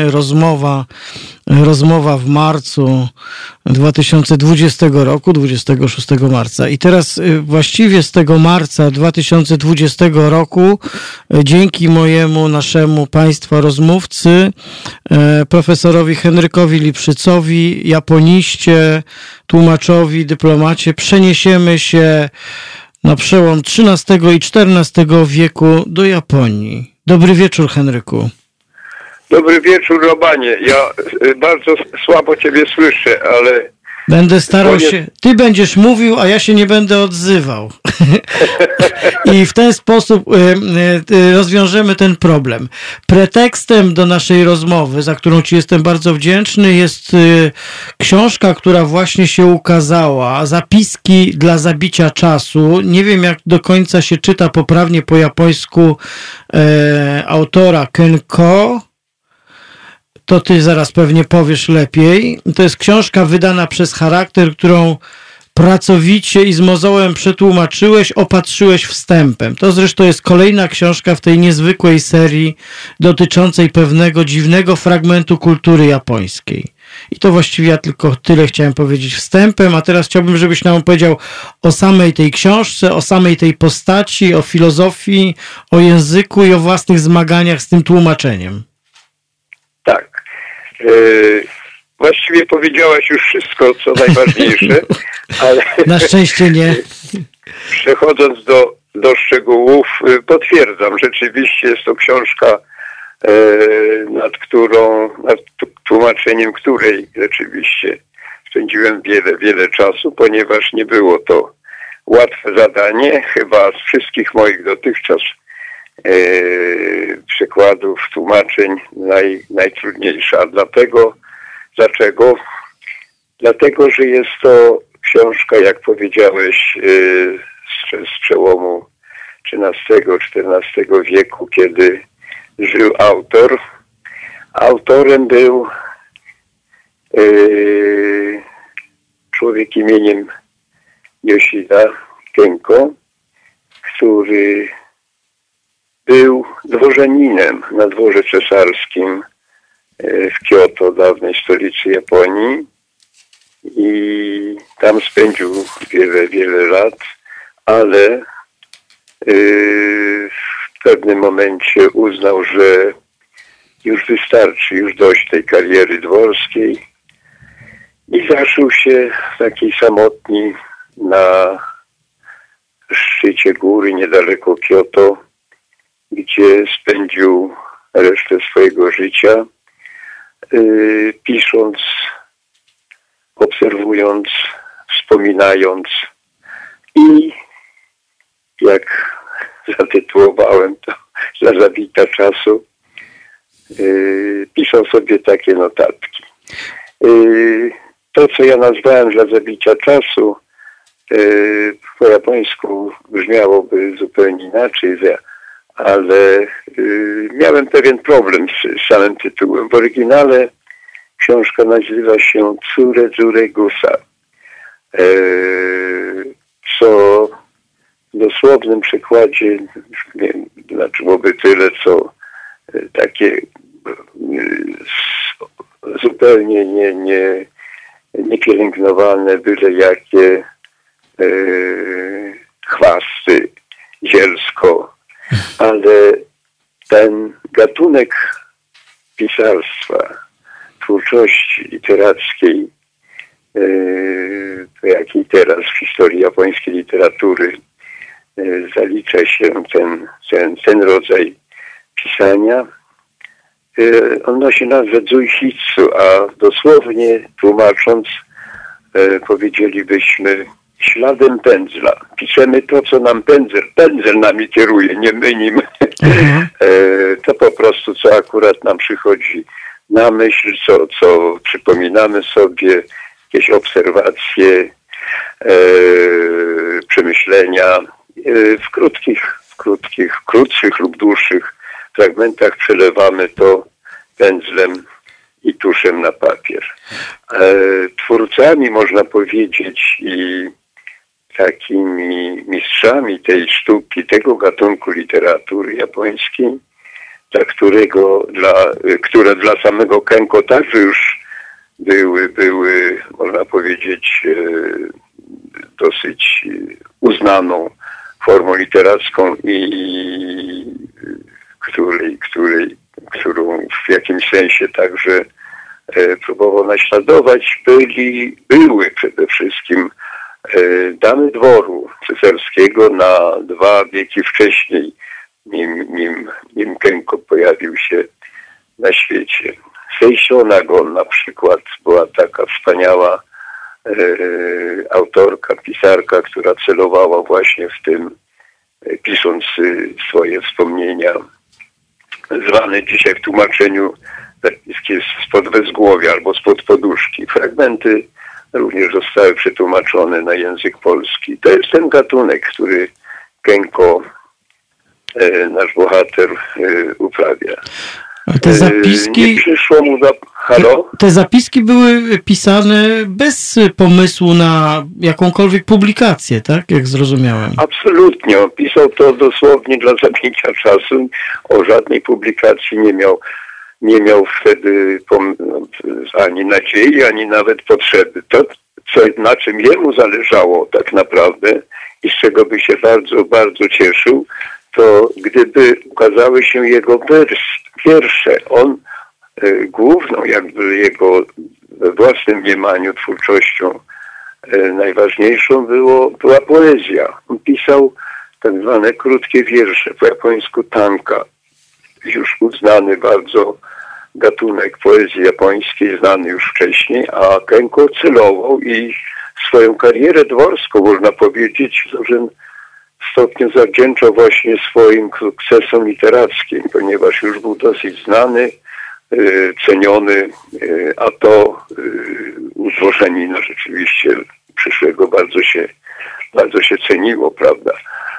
S1: rozmowa w marcu 2020 roku, 26 marca. I teraz właściwie z tego marca 2020 roku, dzięki naszemu Państwa rozmówcy, profesorowi Henrykowi Lipszycowi, japoniście, tłumaczowi, dyplomacie, przeniesiemy się na przełom XIII i XIV wieku do Japonii. Dobry wieczór, Henryku.
S5: Dobry wieczór, Romanie. Ja bardzo słabo Ciebie słyszę, ale...
S1: Będę starał się... Ty będziesz mówił, a ja się nie będę odzywał. I w ten sposób rozwiążemy ten problem. Pretekstem do naszej rozmowy, za którą Ci jestem bardzo wdzięczny, jest książka, która właśnie się ukazała. Zapiski dla zabicia czasu. Nie wiem, jak do końca się czyta poprawnie po japońsku autora Kenko. To ty zaraz pewnie powiesz lepiej. To jest książka wydana przez Charakter, którą pracowicie i z mozołem przetłumaczyłeś, opatrzyłeś wstępem. To zresztą jest kolejna książka w tej niezwykłej serii dotyczącej pewnego dziwnego fragmentu kultury japońskiej. I to właściwie ja tylko tyle chciałem powiedzieć wstępem, a teraz chciałbym, żebyś nam powiedział o samej tej książce, o samej tej postaci, o filozofii, o języku i o własnych zmaganiach z tym tłumaczeniem.
S5: Tak. Właściwie powiedziałaś już wszystko, co najważniejsze, ale... Na szczęście nie. Przechodząc do szczegółów, potwierdzam, rzeczywiście jest to książka, nad tłumaczeniem której rzeczywiście spędziłem wiele czasu, ponieważ nie było to łatwe zadanie, chyba z wszystkich moich dotychczas przykładów, tłumaczeń najtrudniejsza. Dlaczego? Dlatego, że jest to książka, jak powiedziałeś, z przełomu XIII-XIV wieku, kiedy żył autor. Autorem był człowiek imieniem Yoshida Kenko, który był dworzaninem na dworze cesarskim w Kyoto, dawnej stolicy Japonii, i tam spędził wiele lat, ale w pewnym momencie uznał, że już wystarczy, już dość tej kariery dworskiej i zaszył się taki samotni na szczycie góry niedaleko Kyoto, gdzie spędził resztę swojego życia, pisząc, obserwując, wspominając i, jak zatytułowałem to dla zabicia czasu, pisał sobie takie notatki. To, co ja nazwałem dla zabicia czasu, po japońsku brzmiałoby zupełnie inaczej, ale miałem pewien problem z samym tytułem. W oryginale książka nazywa się Tsure Gusa, co w dosłownym przekładzie znaczyłoby tyle, co takie zupełnie niepielęgnowane, byle jakie chwasty, zielsko. Ale ten gatunek pisarstwa, twórczości literackiej, jakiej teraz w historii japońskiej literatury zalicza się ten rodzaj pisania, on nosi nazwę Zuihitsu, a dosłownie tłumacząc powiedzielibyśmy śladem pędzla. Piszemy to, co nam pędzel nami kieruje, nie my nim. To po prostu, co akurat nam przychodzi na myśl, co przypominamy sobie, jakieś obserwacje, przemyślenia w krótszych lub dłuższych fragmentach przelewamy to pędzlem i tuszem na papier. Twórcami, można powiedzieć, i takimi mistrzami tej sztuki, tego gatunku literatury japońskiej, które dla samego Kenko także już były, można powiedzieć, dosyć uznaną formą literacką i którą w jakimś sensie także próbował naśladować, były przede wszystkim damy dworu cesarskiego na 2 wieki wcześniej, nim Kenko pojawił się na świecie. Seishonagon na przykład była taka wspaniała autorka, pisarka, która celowała właśnie w tym, pisząc swoje wspomnienia, zwane dzisiaj w tłumaczeniu zapiski spod wezgłowia albo spod poduszki. Fragmenty również zostały przetłumaczone na język polski. To jest ten gatunek, który Kenko, nasz bohater, uprawia.
S1: A te zapiski...
S5: Nie przyszło mu Halo?
S1: Te zapiski były pisane bez pomysłu na jakąkolwiek publikację, tak? Jak zrozumiałem.
S5: Absolutnie. On pisał to dosłownie dla zabicia czasu. O żadnej publikacji nie miał wtedy ani nadziei, ani nawet potrzeby. To, na czym jemu zależało tak naprawdę i z czego by się bardzo, bardzo cieszył, to gdyby ukazały się jego wiersze. On główną jakby jego we własnym mniemaniu twórczością najważniejszą była poezja. On pisał tak zwane krótkie wiersze, po japońsku tanka. Już uznany bardzo gatunek poezji japońskiej, znany już wcześniej, a Kenko celował i swoją karierę dworską, można powiedzieć, w dużym stopniu zawdzięczał właśnie swoim sukcesom literackim, ponieważ już był dosyć znany, ceniony, a to u Dworzenina rzeczywiście przyszłego bardzo się ceniło, prawda?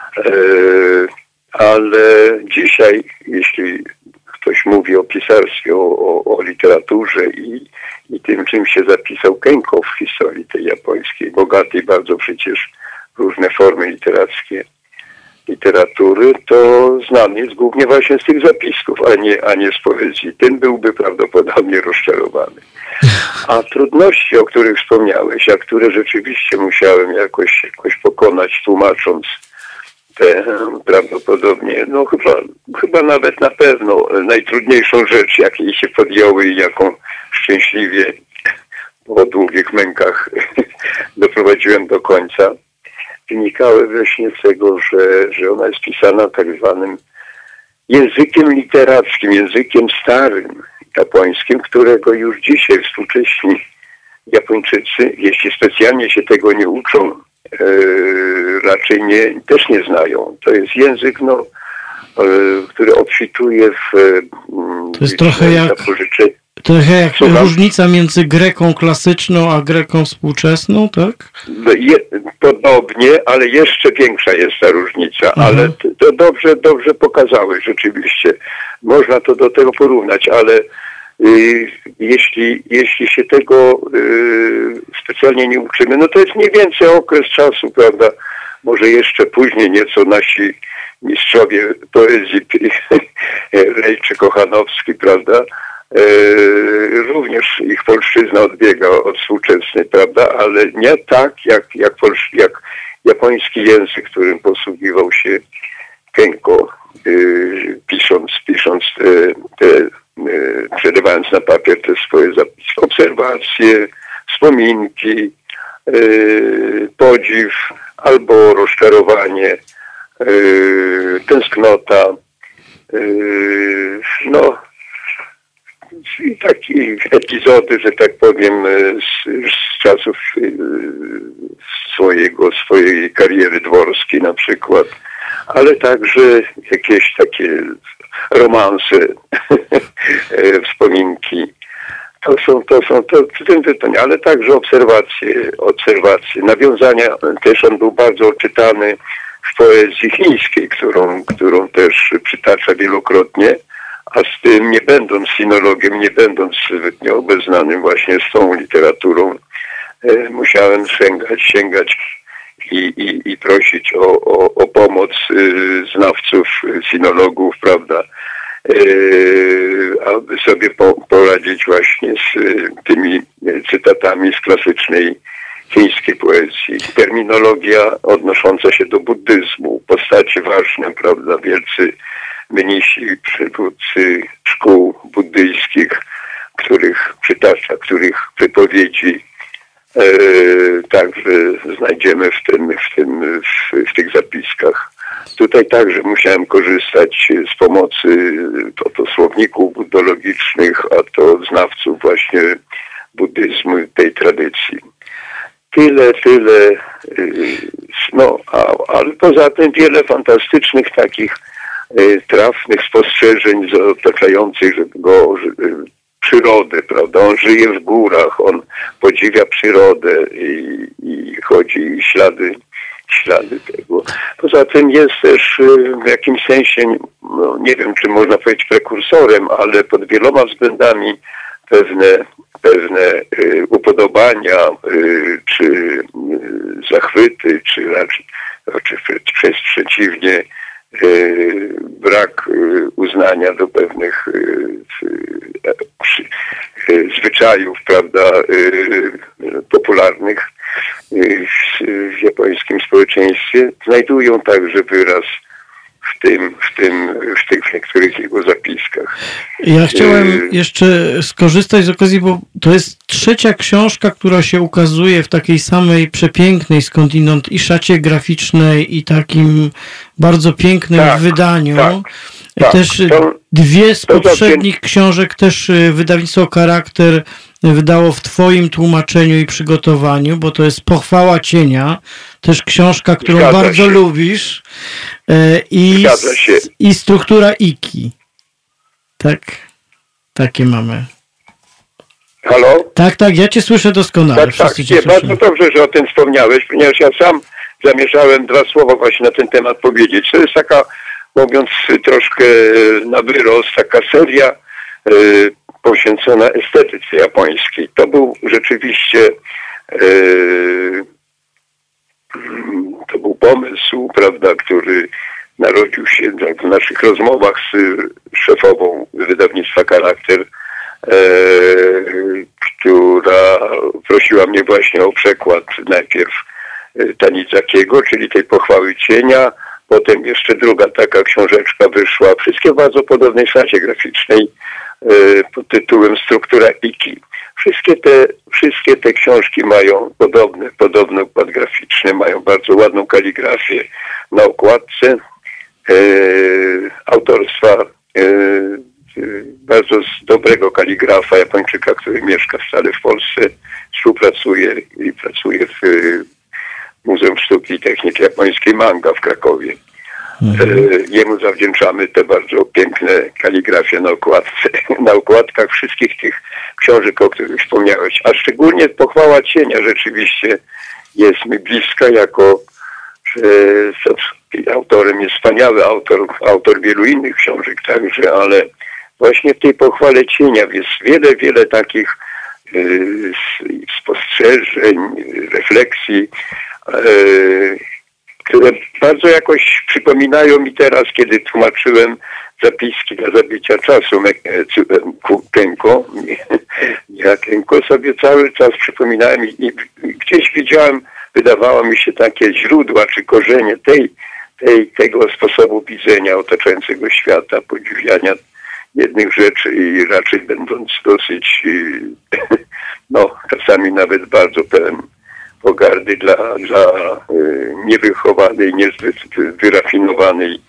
S5: Ale dzisiaj, jeśli ktoś mówi o pisarstwie, o literaturze i tym, czym się zapisał Kenko w historii tej japońskiej, bogatej bardzo przecież różne formy literatury, to znany jest głównie właśnie z tych zapisków, a nie z poezji. Ten byłby prawdopodobnie rozczarowany. A trudności, o których wspomniałeś, a które rzeczywiście musiałem jakoś pokonać, tłumacząc te prawdopodobnie, no chyba nawet na pewno najtrudniejszą rzecz, jakiej się podjęły i jaką szczęśliwie po długich mękach doprowadziłem do końca, wynikały właśnie z tego, że ona jest pisana tak zwanym językiem literackim, językiem starym japońskim, którego już dzisiaj współcześni Japończycy, jeśli specjalnie się tego nie uczą, raczej też nie znają. To jest język, który obfituje w...
S1: To jest trochę jak różnica między greką klasyczną a greką współczesną, tak?
S5: Podobnie, ale jeszcze większa jest ta różnica. Ale to dobrze pokazałeś rzeczywiście. Można to do tego porównać, ale jeśli się tego specjalnie nie uczymy, no to jest mniej więcej okres czasu, prawda? Może jeszcze później nieco nasi mistrzowie poezji, Rej czy Kochanowski, prawda? Również ich polszczyzna odbiega od współczesnej, prawda? Ale nie tak jak japoński język, którym posługiwał się Kenko, pisząc przelewając na papier te swoje zapisy, obserwacje, wspominki, podziw albo rozczarowanie, tęsknota, i takie epizody, że tak powiem, z czasów swojej kariery dworskiej na przykład, ale także jakieś takie romanse, wspominki. To są tym pytania, ale także obserwacje, nawiązania. Też on był bardzo odczytany w poezji chińskiej, którą też przytacza wielokrotnie, a z tym, nie będąc sinologiem, nie będąc zbytnio obeznanym właśnie z tą literaturą, musiałem sięgać i prosić o pomoc znawców, sinologów, prawda, aby sobie poradzić właśnie z tymi cytatami z klasycznej chińskiej poezji. Terminologia odnosząca się do buddyzmu, postacie ważne, prawda, wielcy mnisi, przywódcy szkół buddyjskich, których przytacza, których wypowiedzi także znajdziemy w tych zapiskach. Tutaj także musiałem korzystać z pomocy to słowników buddologicznych, a to znawców właśnie buddyzmu i tej tradycji. Tyle, ale poza tym wiele fantastycznych takich trafnych spostrzeżeń z otaczających go przyrodę, prawda? On żyje w górach, on podziwia przyrodę i chodzi ślady tego. Poza tym jest też w jakimś sensie, nie wiem, czy można powiedzieć prekursorem, ale pod wieloma względami pewne upodobania, czy zachwyty, czy raczej przeciwnie, brak uznania do pewnych zwyczajów, prawda, popularnych w japońskim społeczeństwie znajdują także wyraz w tych niektórych jego zapiskach.
S1: Ja chciałem jeszcze skorzystać z okazji, bo to jest trzecia książka, która się ukazuje w takiej samej przepięknej skądinąd i szacie graficznej, i takim bardzo pięknym wydaniu.
S5: Tak,
S1: też dwie z poprzednich książek też wydawnictwo Charakter wydało w twoim tłumaczeniu i przygotowaniu, bo to jest Pochwała cienia, też książka, którą bardzo lubisz, i Struktura Iki. Tak, takie mamy.
S5: Halo?
S1: Tak, ja cię słyszę doskonale.
S5: Bardzo dobrze, że o tym wspomniałeś, ponieważ ja sam zamierzałem 2 słowa właśnie na ten temat powiedzieć. To jest taka, mówiąc troszkę na wyrost, taka seria poświęcona estetyce japońskiej. To był rzeczywiście to był pomysł, prawda, który narodził się w naszych rozmowach z szefową wydawnictwa Charakter, która prosiła mnie właśnie o przekład najpierw Tanizakiego, czyli tej Pochwały cienia, potem jeszcze druga taka książeczka wyszła, wszystkie w bardzo podobnej szacie graficznej pod tytułem Struktura Iki. Wszystkie te książki mają podobny układ graficzny, mają bardzo ładną kaligrafię na okładce, autorstwa bardzo dobrego kaligrafa, Japończyka, który mieszka stale w Polsce, współpracuje i pracuje w Muzeum Sztuki i Techniki Japońskiej Manga w Krakowie. Jemu zawdzięczamy te bardzo piękne kaligrafie na okładkach wszystkich tych książek, o których wspomniałeś. A szczególnie Pochwała cienia rzeczywiście jest mi bliska, jako że autorem jest wspaniały autor wielu innych książek także, ale właśnie w tej Pochwale cienia jest wiele takich spostrzeżeń, refleksji, które bardzo jakoś przypominają mi teraz, kiedy tłumaczyłem zapiski dla zabicia czasu Kenko. Ja Kenko sobie cały czas przypominałem i gdzieś widziałem, wydawało mi się, takie źródła czy korzenie tego sposobu widzenia otaczającego świata, podziwiania jednych rzeczy i raczej będąc dosyć, czasami nawet bardzo pełen pogardy dla niewychowanej, niezbyt wyrafinowanej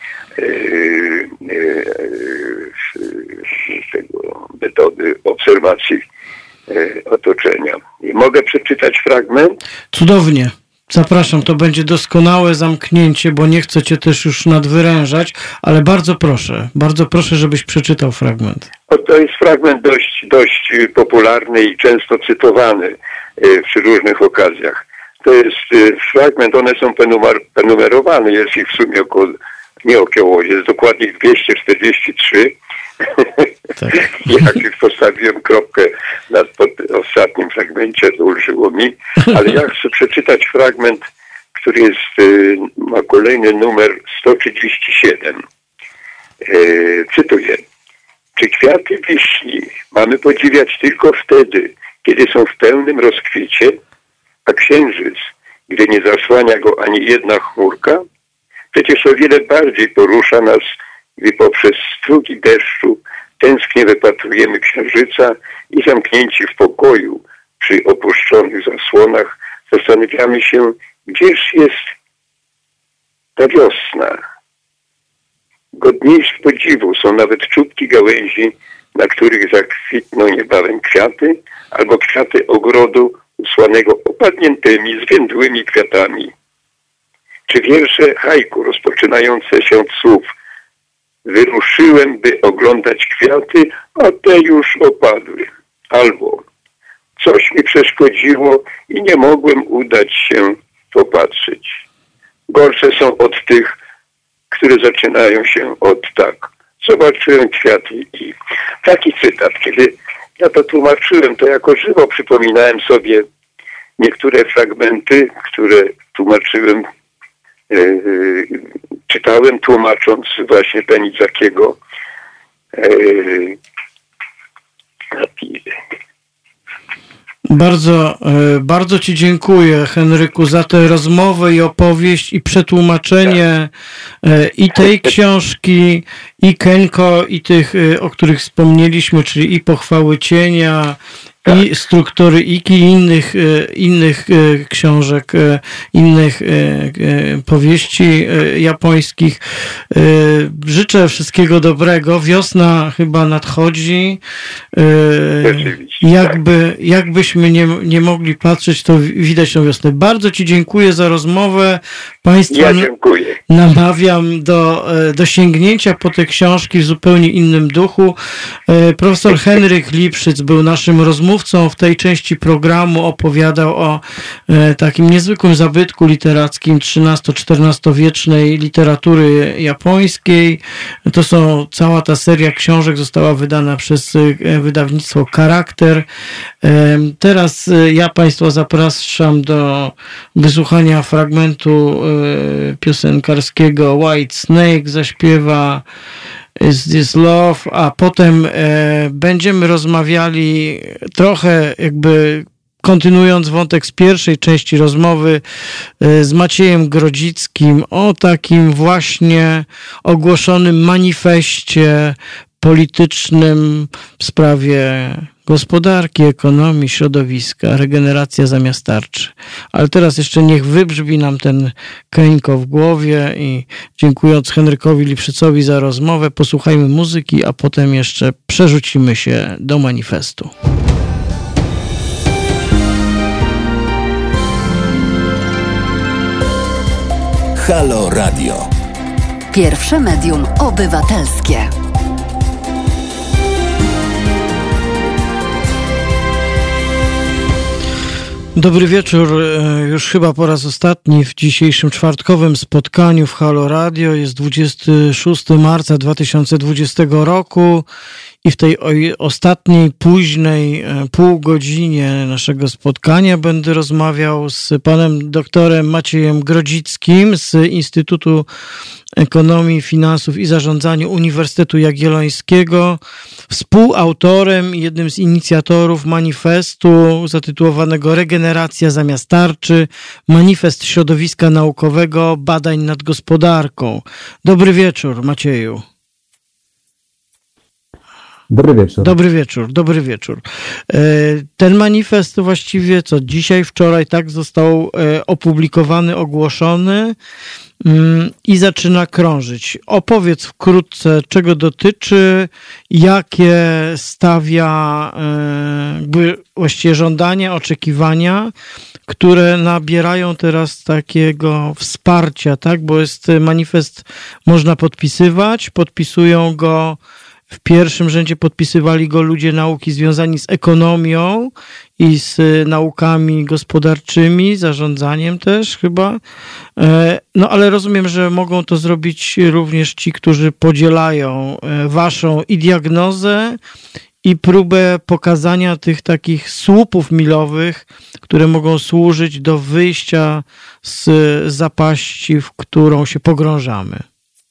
S5: tego metody obserwacji otoczenia. I mogę przeczytać fragment?
S1: Cudownie. Zapraszam, to będzie doskonałe zamknięcie, bo nie chcę cię też już nadwyrężać, ale bardzo proszę, żebyś przeczytał fragment.
S5: To jest fragment dość popularny i często cytowany przy różnych okazjach. To jest fragment, one są prenumerowane, jest ich w sumie jest dokładnie 243.
S1: Tak.
S5: Jak już postawiłem kropkę pod ostatnim fragmencie, to ulżyło mi, ale ja chcę przeczytać fragment, który ma kolejny numer 137. Cytuję. Czy kwiaty wiśni mamy podziwiać tylko wtedy, kiedy są w pełnym rozkwicie, a księżyc, gdy nie zasłania go ani jedna chmurka? Przecież o wiele bardziej porusza nas, gdy poprzez strugi deszczu tęsknie wypatrujemy księżyca i zamknięci w pokoju przy opuszczonych zasłonach zastanawiamy się, gdzież jest ta wiosna. Godniejsze podziwu są nawet czubki gałęzi, na których zakwitną niebawem kwiaty, albo kwiaty ogrodu usłanego opadniętymi, zwiędłymi kwiatami. Czy wiersze haiku rozpoczynające się od słów wyruszyłem, by oglądać kwiaty, a te już opadły. Albo coś mi przeszkodziło i nie mogłem udać się popatrzeć. Gorsze są od tych, które zaczynają się od tak. Zobaczyłem kwiaty i taki cytat. Kiedy ja to tłumaczyłem, to jako żywo przypominałem sobie niektóre fragmenty, które tłumaczyłem, czytałem tłumacząc właśnie Penizzakiego.
S1: Bardzo Ci dziękuję, Henryku, za tę rozmowę i opowieść i przetłumaczenie i tej książki, i Kenko, i tych, o których wspomnieliśmy, czyli i Pochwały cienia, i struktury Iki, i innych książek, innych powieści japońskich. Życzę wszystkiego dobrego. Wiosna chyba nadchodzi. Jakbyśmy nie mogli patrzeć, to widać tą wiosnę. Bardzo Ci dziękuję za rozmowę. Państwa namawiam do sięgnięcia po te książki w zupełnie innym duchu. Profesor Henryk Lipszyc był naszym rozmówcą w tej części programu, opowiadał o takim niezwykłym zabytku literackim XIII-XIV wiecznej literatury japońskiej. Cała ta seria książek została wydana przez wydawnictwo Charakter. Teraz ja Państwa zapraszam do wysłuchania fragmentu piosenkarskiego. White Snake zaśpiewa Is This Love, a potem będziemy rozmawiali trochę jakby kontynuując wątek z pierwszej części rozmowy z Maciejem Grodzickim o takim właśnie ogłoszonym manifestie politycznym w sprawie gospodarki, ekonomii, środowiska, regeneracja zamiast tarczy. Ale teraz jeszcze niech wybrzmi nam ten Keńko w głowie i dziękując Henrykowi Lipszycowi za rozmowę, posłuchajmy muzyki, a potem jeszcze przerzucimy się do manifestu.
S4: Halo Radio.
S3: Pierwsze medium obywatelskie.
S1: Dobry wieczór, już chyba po raz ostatni w dzisiejszym czwartkowym spotkaniu w Halo Radio. Jest 26 marca 2020 roku i w tej ostatniej, późnej półgodzinie naszego spotkania będę rozmawiał z panem doktorem Maciejem Grodzickim z Instytutu Ekonomii, Finansów i Zarządzania Uniwersytetu Jagiellońskiego, współautorem i jednym z inicjatorów manifestu zatytułowanego Regeneracja zamiast tarczy, manifest środowiska naukowego badań nad gospodarką. Dobry wieczór, Macieju.
S6: Dobry wieczór.
S1: Dobry wieczór. Ten manifest to właściwie dzisiaj, wczoraj tak został opublikowany, ogłoszony i zaczyna krążyć. Opowiedz wkrótce, czego dotyczy, jakie stawia właściwie żądania, oczekiwania, które nabierają teraz takiego wsparcia, tak? Bo jest manifest, można podpisywać, podpisują go w pierwszym rzędzie podpisywali go ludzie nauki związani z ekonomią i z naukami gospodarczymi, zarządzaniem też chyba. No ale rozumiem, że mogą to zrobić również ci, którzy podzielają waszą i diagnozę, i próbę pokazania tych takich słupów milowych, które mogą służyć do wyjścia z zapaści, w którą się pogrążamy.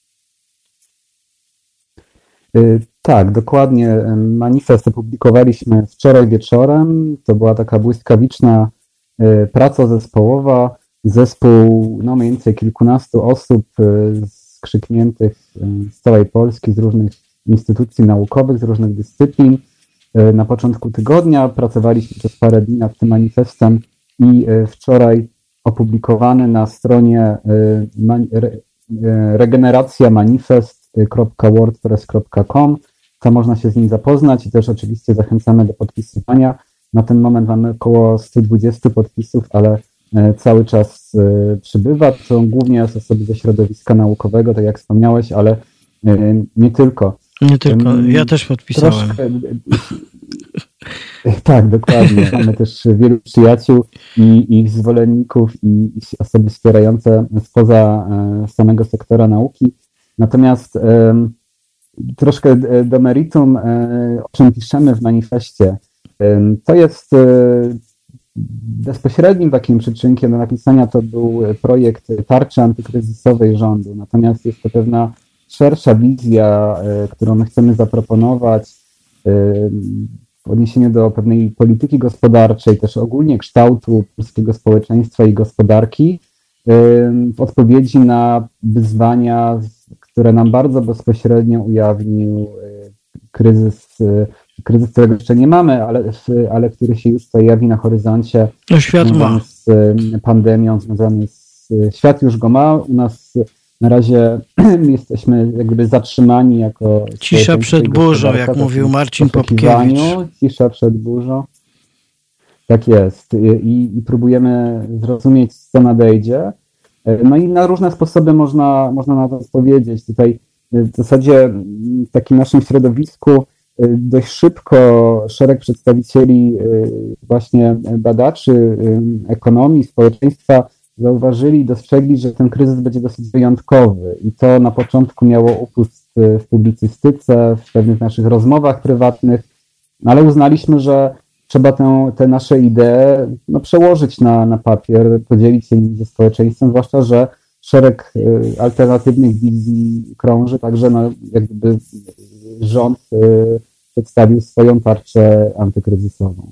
S6: Tak, dokładnie. Manifest opublikowaliśmy wczoraj wieczorem. To była taka błyskawiczna praca zespołowa. Zespół mniej więcej kilkunastu osób skrzykniętych z całej Polski, z różnych instytucji naukowych, z różnych dyscyplin. Na początku tygodnia pracowaliśmy przez parę dni nad tym manifestem i wczoraj opublikowany na stronie regeneracjamanifest.wordpress.com. Tam można się z nim zapoznać i też oczywiście zachęcamy do podpisywania. Na ten moment mamy około 120 podpisów, ale cały czas przybywa. To są głównie osoby ze środowiska naukowego, tak jak wspomniałeś, ale nie tylko.
S1: Nie tylko, ja też podpisałem.
S6: Tak, dokładnie. Mamy też wielu przyjaciół i ich zwolenników i osoby wspierające spoza samego sektora nauki. Natomiast troszkę do meritum, o czym piszemy w manifestie. To jest bezpośrednim takim przyczynkiem do napisania to był projekt tarczy antykryzysowej rządu. Natomiast jest to pewna szersza wizja, którą my chcemy zaproponować w odniesieniu do pewnej polityki gospodarczej, też ogólnie kształtu polskiego społeczeństwa i gospodarki, w odpowiedzi na wyzwania, które nam bardzo bezpośrednio ujawnił kryzys, którego jeszcze nie mamy, ale który się już tutaj jawi na horyzoncie.
S1: No świat ma.
S6: Z pandemią, związany z... Świat już go ma. U nas na razie jesteśmy jakby zatrzymani jako...
S1: Cisza przed burzą, jak mówił Marcin Popkiewicz.
S6: Cisza przed burzą. Tak jest. I próbujemy zrozumieć, co nadejdzie. No i na różne sposoby można na to odpowiedzieć. Tutaj w zasadzie w takim naszym środowisku dość szybko szereg przedstawicieli właśnie badaczy ekonomii, społeczeństwa zauważyli i dostrzegli, że ten kryzys będzie dosyć wyjątkowy i to na początku miało upust w publicystyce, w pewnych naszych rozmowach prywatnych, ale uznaliśmy, że trzeba te nasze idee przełożyć na papier, podzielić się nim ze społeczeństwem, zwłaszcza, że szereg alternatywnych wizji krąży, także jakby rząd przedstawił swoją tarczę antykryzysową.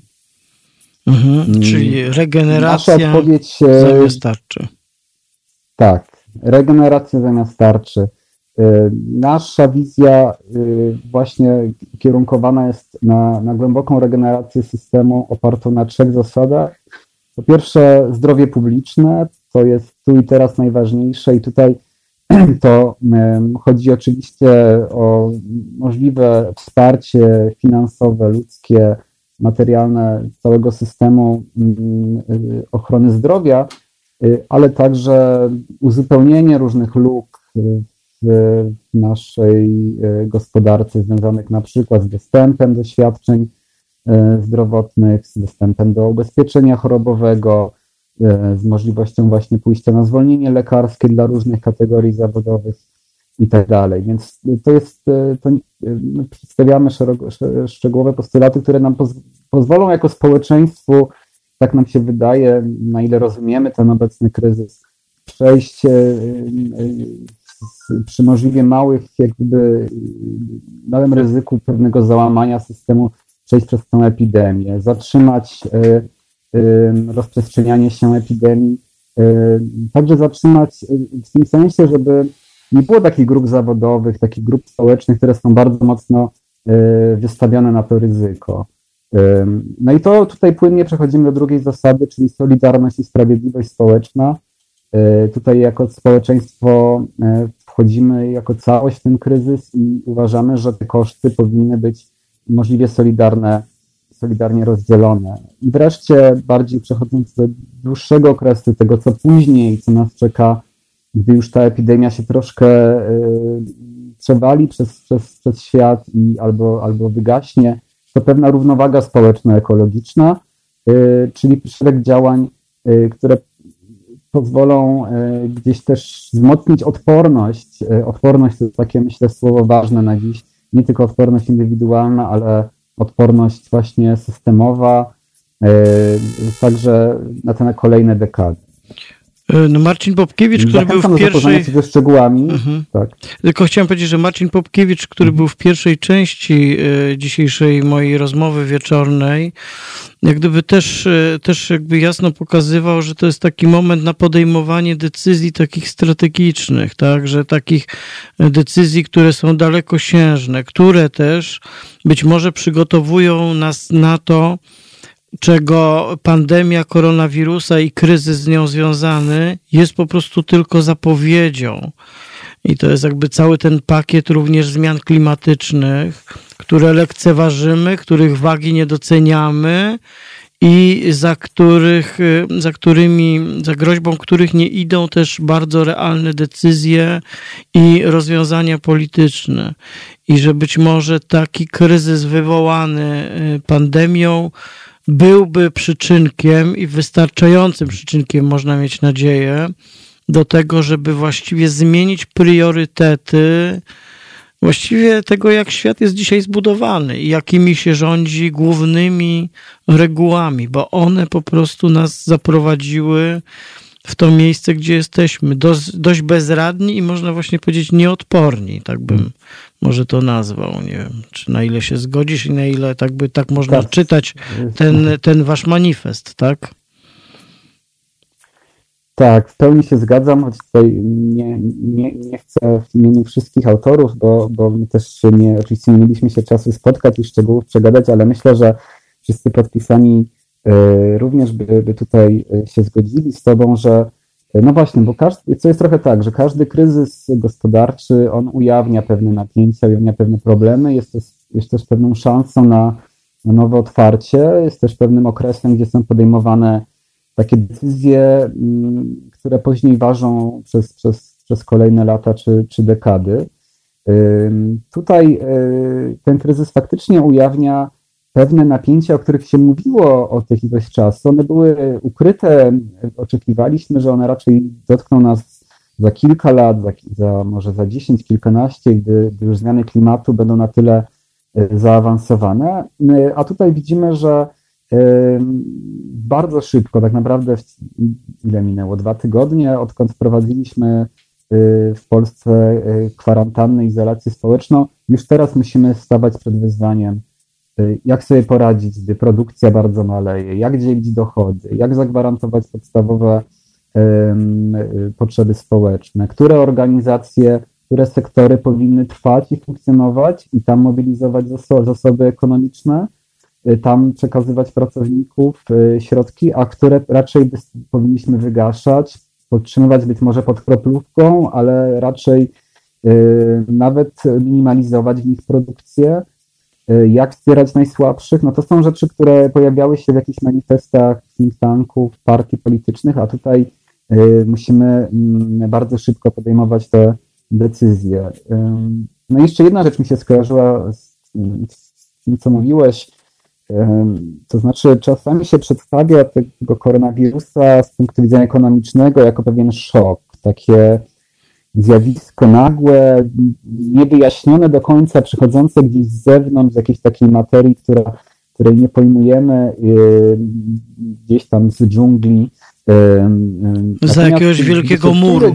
S1: Czyli regeneracja zamiast tarczy.
S6: Tak, regeneracja zamiast tarczy. Nasza wizja właśnie kierunkowana jest na głęboką regenerację systemu opartą na 3 zasadach. Po pierwsze, zdrowie publiczne, to jest tu i teraz najważniejsze i tutaj to chodzi oczywiście o możliwe wsparcie finansowe, ludzkie, materialne całego systemu ochrony zdrowia, ale także uzupełnienie różnych luk w naszej gospodarce związanych na przykład z dostępem do świadczeń zdrowotnych, z dostępem do ubezpieczenia chorobowego, z możliwością właśnie pójścia na zwolnienie lekarskie dla różnych kategorii zawodowych i tak dalej. Więc przedstawiamy szczegółowe postulaty, które nam pozwolą jako społeczeństwu, tak nam się wydaje, na ile rozumiemy ten obecny kryzys, przejść przy możliwie małym ryzyku pewnego załamania systemu, przejść przez tę epidemię, zatrzymać rozprzestrzenianie się epidemii, także zatrzymać w tym sensie, żeby nie było takich grup zawodowych, takich grup społecznych, które są bardzo mocno wystawione na to ryzyko. No i to tutaj płynnie przechodzimy do drugiej zasady, czyli solidarność i sprawiedliwość społeczna. Tutaj jako społeczeństwo wchodzimy jako całość w ten kryzys i uważamy, że te koszty powinny być możliwie solidarnie rozdzielone. I wreszcie, bardziej przechodząc do dłuższego okresu, tego co później, co nas czeka, gdy już ta epidemia się troszkę przewali przez świat albo wygaśnie, to pewna równowaga społeczno-ekologiczna, czyli szereg działań, które pozwolą gdzieś też wzmocnić odporność. Odporność to takie, myślę, słowo ważne na dziś. Nie tylko odporność indywidualna, ale odporność właśnie systemowa, także na te kolejne dekady.
S1: No Marcin Popkiewicz, który był w
S6: pierwszej... się ze szczegółami. Tak.
S1: Tylko chciałem powiedzieć, że Marcin Popkiewicz, który był w pierwszej części dzisiejszej mojej rozmowy wieczornej, jak gdyby też jakby jasno pokazywał, że to jest taki moment na podejmowanie decyzji takich strategicznych, tak, że takich decyzji, które są dalekosiężne, które też być może przygotowują nas na to, czego pandemia koronawirusa i kryzys z nią związany jest po prostu tylko zapowiedzią. I to jest jakby cały ten pakiet również zmian klimatycznych, które lekceważymy, których wagi nie doceniamy i za groźbą których nie idą też bardzo realne decyzje i rozwiązania polityczne. I że być może taki kryzys wywołany pandemią byłby przyczynkiem i wystarczającym przyczynkiem, można mieć nadzieję, do tego, żeby właściwie zmienić priorytety właściwie tego, jak świat jest dzisiaj zbudowany i jakimi się rządzi głównymi regułami, bo one po prostu nas zaprowadziły w to miejsce, gdzie jesteśmy, dość bezradni i można właśnie powiedzieć nieodporni, tak bym może to nazwał. Nie wiem, czy na ile się zgodzisz i na ile tak można czytać ten wasz manifest, tak?
S6: Tak, w pełni się zgadzam, choć tutaj nie chcę w imieniu wszystkich autorów, bo my też oczywiście nie mieliśmy się czasu spotkać i szczegółów przegadać, ale myślę, że wszyscy podpisani również by tutaj się zgodzili z tobą, że no właśnie, bo co jest trochę tak, że każdy kryzys gospodarczy, on ujawnia pewne napięcia, ujawnia pewne problemy, jest też pewną szansą na nowe otwarcie, jest też pewnym okresem, gdzie są podejmowane takie decyzje, które później ważą przez kolejne lata czy dekady. Tutaj ten kryzys faktycznie ujawnia pewne napięcia, o których się mówiło od jakiegoś czasu. One były ukryte, oczekiwaliśmy, że one raczej dotkną nas za kilka lat, może za 10, kilkanaście, gdy już zmiany klimatu będą na tyle zaawansowane. A tutaj widzimy, że bardzo szybko, tak naprawdę ile minęło? 2 tygodnie, odkąd wprowadziliśmy w Polsce kwarantannę, izolację społeczną, już teraz musimy stawać przed wyzwaniem, jak sobie poradzić, gdy produkcja bardzo maleje, jak dzielić dochody, jak zagwarantować podstawowe potrzeby społeczne, które organizacje, które sektory powinny trwać i funkcjonować i tam mobilizować zasoby ekonomiczne, tam przekazywać pracowników, środki, a które raczej powinniśmy wygaszać, podtrzymywać być może pod kroplówką, ale raczej nawet minimalizować w nich produkcję. Jak wspierać najsłabszych? No to są rzeczy, które pojawiały się w jakichś manifestach think tanków, partii politycznych, a tutaj musimy bardzo szybko podejmować te decyzje. No i jeszcze jedna rzecz mi się skojarzyła z tym, co mówiłeś, to znaczy czasami się przedstawia tego koronawirusa z punktu widzenia ekonomicznego jako pewien szok, takie zjawisko nagłe, niewyjaśnione do końca, przychodzące gdzieś z zewnątrz, z jakiejś takiej materii, której nie pojmujemy, gdzieś tam z dżungli.
S1: Za jakiegoś wielkiego muru.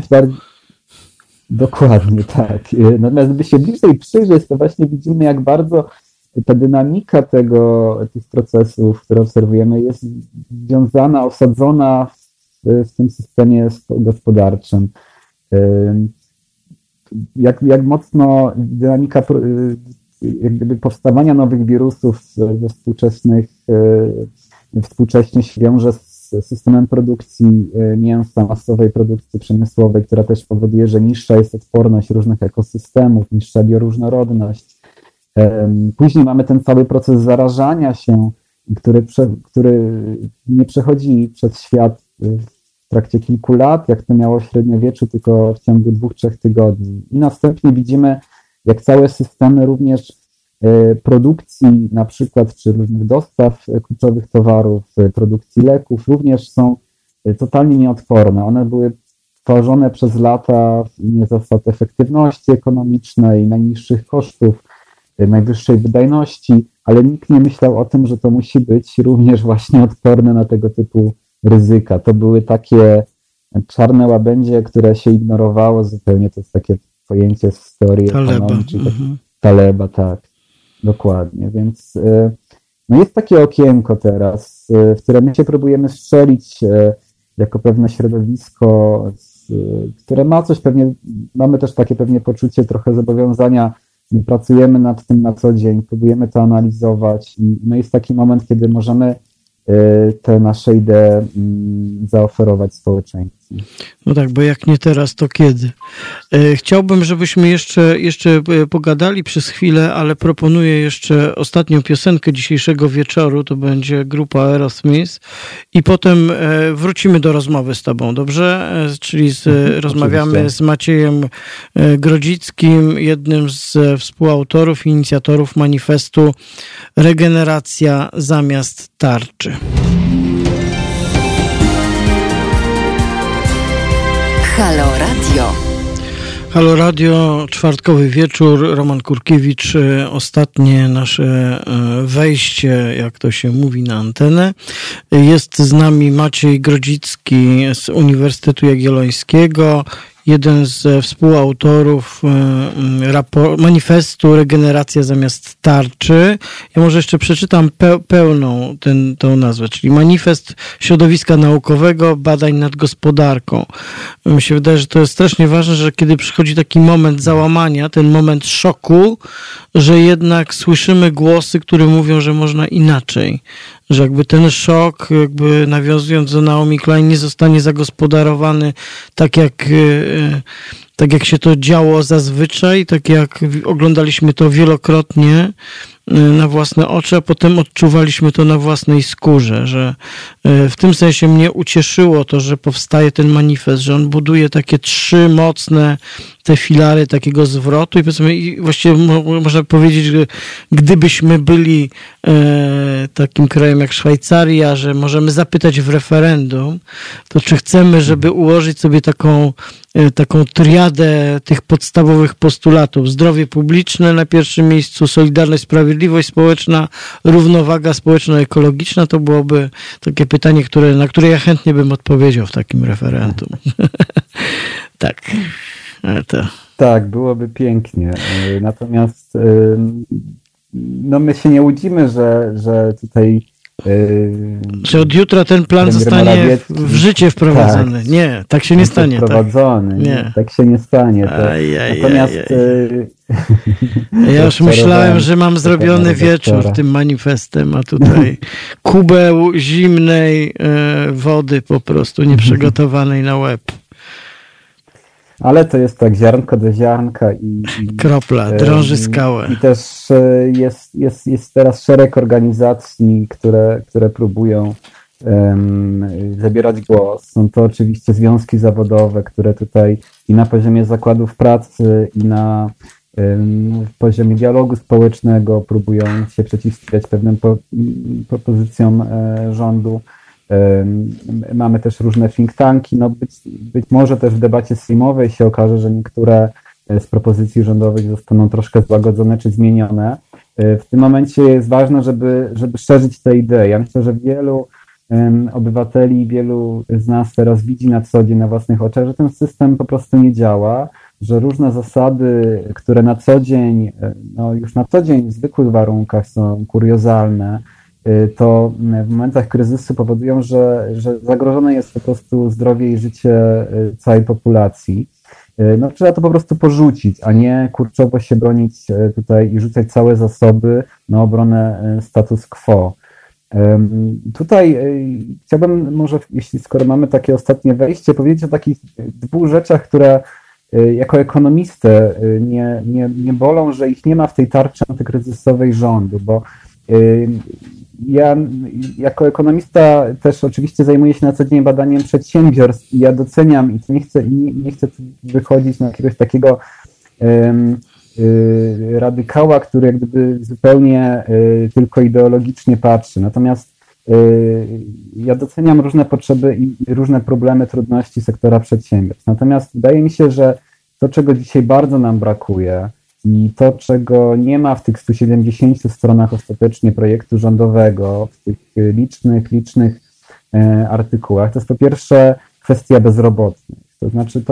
S6: Dokładnie, tak. Natomiast gdy się bliżej przyjrzeć, to właśnie widzimy, jak bardzo ta dynamika tych procesów, które obserwujemy, jest związana, osadzona w tym systemie gospodarczym. Jak mocno dynamika jak gdyby powstawania nowych wirusów współcześnie się wiąże z systemem produkcji mięsa, masowej produkcji przemysłowej, która też powoduje, że niższa jest odporność różnych ekosystemów, niższa bioróżnorodność. Później mamy ten cały proces zarażania się, który nie przechodzi przez świat w trakcie kilku lat, jak to miało w średniowieczu, tylko w ciągu 2-3 tygodni. I następnie widzimy, jak całe systemy również produkcji na przykład, czy różnych dostaw kluczowych towarów, produkcji leków również są totalnie nieodporne. One były tworzone przez lata w imię zasad efektywności ekonomicznej, najniższych kosztów. najwyższej wydajności, ale nikt nie myślał o tym, że to musi być również właśnie odporne na tego typu ryzyka. To były takie czarne łabędzie, które się ignorowało zupełnie. To jest takie pojęcie z teorii ekonomii, czyli Taleba, tak, dokładnie. Więc no jest takie okienko teraz, w które my się próbujemy strzelić jako pewne środowisko, które ma coś pewnie, mamy też takie pewnie poczucie trochę zobowiązania. My pracujemy nad tym na co dzień, próbujemy to analizować i no jest taki moment, kiedy możemy te nasze idee zaoferować społeczeństwu.
S1: No tak, bo jak nie teraz, to kiedy? Chciałbym, żebyśmy jeszcze pogadali przez chwilę, ale proponuję jeszcze ostatnią piosenkę dzisiejszego wieczoru, to będzie grupa Aerosmith i potem wrócimy do rozmowy z tobą, dobrze? Czyli rozmawiamy z Maciejem Grodzickim, jednym z współautorów i inicjatorów manifestu Regeneracja zamiast tarczy.
S3: Halo Radio.
S1: Halo Radio, czwartkowy wieczór, Roman Kurkiewicz, ostatnie nasze wejście, jak to się mówi, na antenę. Jest z nami Maciej Grodzicki z Uniwersytetu Jagiellońskiego, jeden z współautorów manifestu Regeneracja zamiast tarczy. Ja może jeszcze przeczytam pełną tą nazwę, czyli Manifest Środowiska Naukowego Badań nad Gospodarką. Mi się wydaje, że to jest strasznie ważne, że kiedy przychodzi taki moment załamania, ten moment szoku, że jednak słyszymy głosy, które mówią, że można inaczej. Że jakby ten szok, jakby nawiązując do Naomi Klein, nie zostanie zagospodarowany tak jak się to działo zazwyczaj, tak jak oglądaliśmy to wielokrotnie na własne oczy, a potem odczuwaliśmy to na własnej skórze, że w tym sensie mnie ucieszyło to, że powstaje ten manifest, że on buduje takie 3 mocne te filary takiego zwrotu i powiedzmy, i właściwie można powiedzieć, że gdybyśmy byli takim krajem jak Szwajcaria, że możemy zapytać w referendum, to czy chcemy, żeby ułożyć sobie taką triadę tych podstawowych postulatów. Zdrowie publiczne na pierwszym miejscu, solidarność, sprawiedliwość społeczna, równowaga społeczno-ekologiczna, to byłoby takie pytanie, na które ja chętnie bym odpowiedział w takim referendum. Tak.
S6: Tak, byłoby pięknie. Natomiast no my się nie łudzimy, że tutaj
S1: że od jutra ten plan zostanie w życie wprowadzony. Tak, nie, tak się nie stanie.
S6: Wprowadzony. Tak. Nie. Tak się nie stanie. Natomiast
S1: ja już myślałem, że mam zrobiony wieczór tym manifestem, a tutaj kubeł zimnej wody po prostu nieprzygotowanej na łeb.
S6: Ale to jest tak ziarnko do ziarnka i
S1: kropla drąży skałę.
S6: I też jest teraz szereg organizacji, które próbują zabierać głos. Są to oczywiście związki zawodowe, które tutaj i na poziomie zakładów pracy, i na poziomie dialogu społecznego próbują się przeciwstawiać pewnym propozycjom rządu. Mamy też różne think tanki. No być może też w debacie sejmowej się okaże, że niektóre z propozycji rządowych zostaną troszkę złagodzone czy zmienione. W tym momencie jest ważne, żeby szerzyć te idee. Ja myślę, że wielu obywateli, wielu z nas teraz widzi na co dzień, na własnych oczach, że ten system po prostu nie działa, że różne zasady, które na co dzień, no już na co dzień w zwykłych warunkach są kuriozalne, to w momentach kryzysu powodują, że zagrożone jest po prostu zdrowie i życie całej populacji. No, trzeba to po prostu porzucić, a nie kurczowo się bronić tutaj i rzucać całe zasoby na obronę status quo. Tutaj chciałbym może, skoro mamy takie ostatnie wejście, powiedzieć o takich 2 rzeczach, które jako ekonomistę nie bolą, że ich nie ma w tej tarczy antykryzysowej rządu, bo ja jako ekonomista też oczywiście zajmuję się na co dzień badaniem przedsiębiorstw i ja doceniam i nie chcę wychodzić na jakiegoś takiego radykała, który jak gdyby zupełnie tylko ideologicznie patrzy. Natomiast ja doceniam różne potrzeby i różne problemy, trudności sektora przedsiębiorstw. Natomiast wydaje mi się, że to, czego dzisiaj bardzo nam brakuje, I to, czego nie ma w tych 170 stronach ostatecznie projektu rządowego, w tych licznych artykułach, to jest po pierwsze kwestia bezrobotnych. To znaczy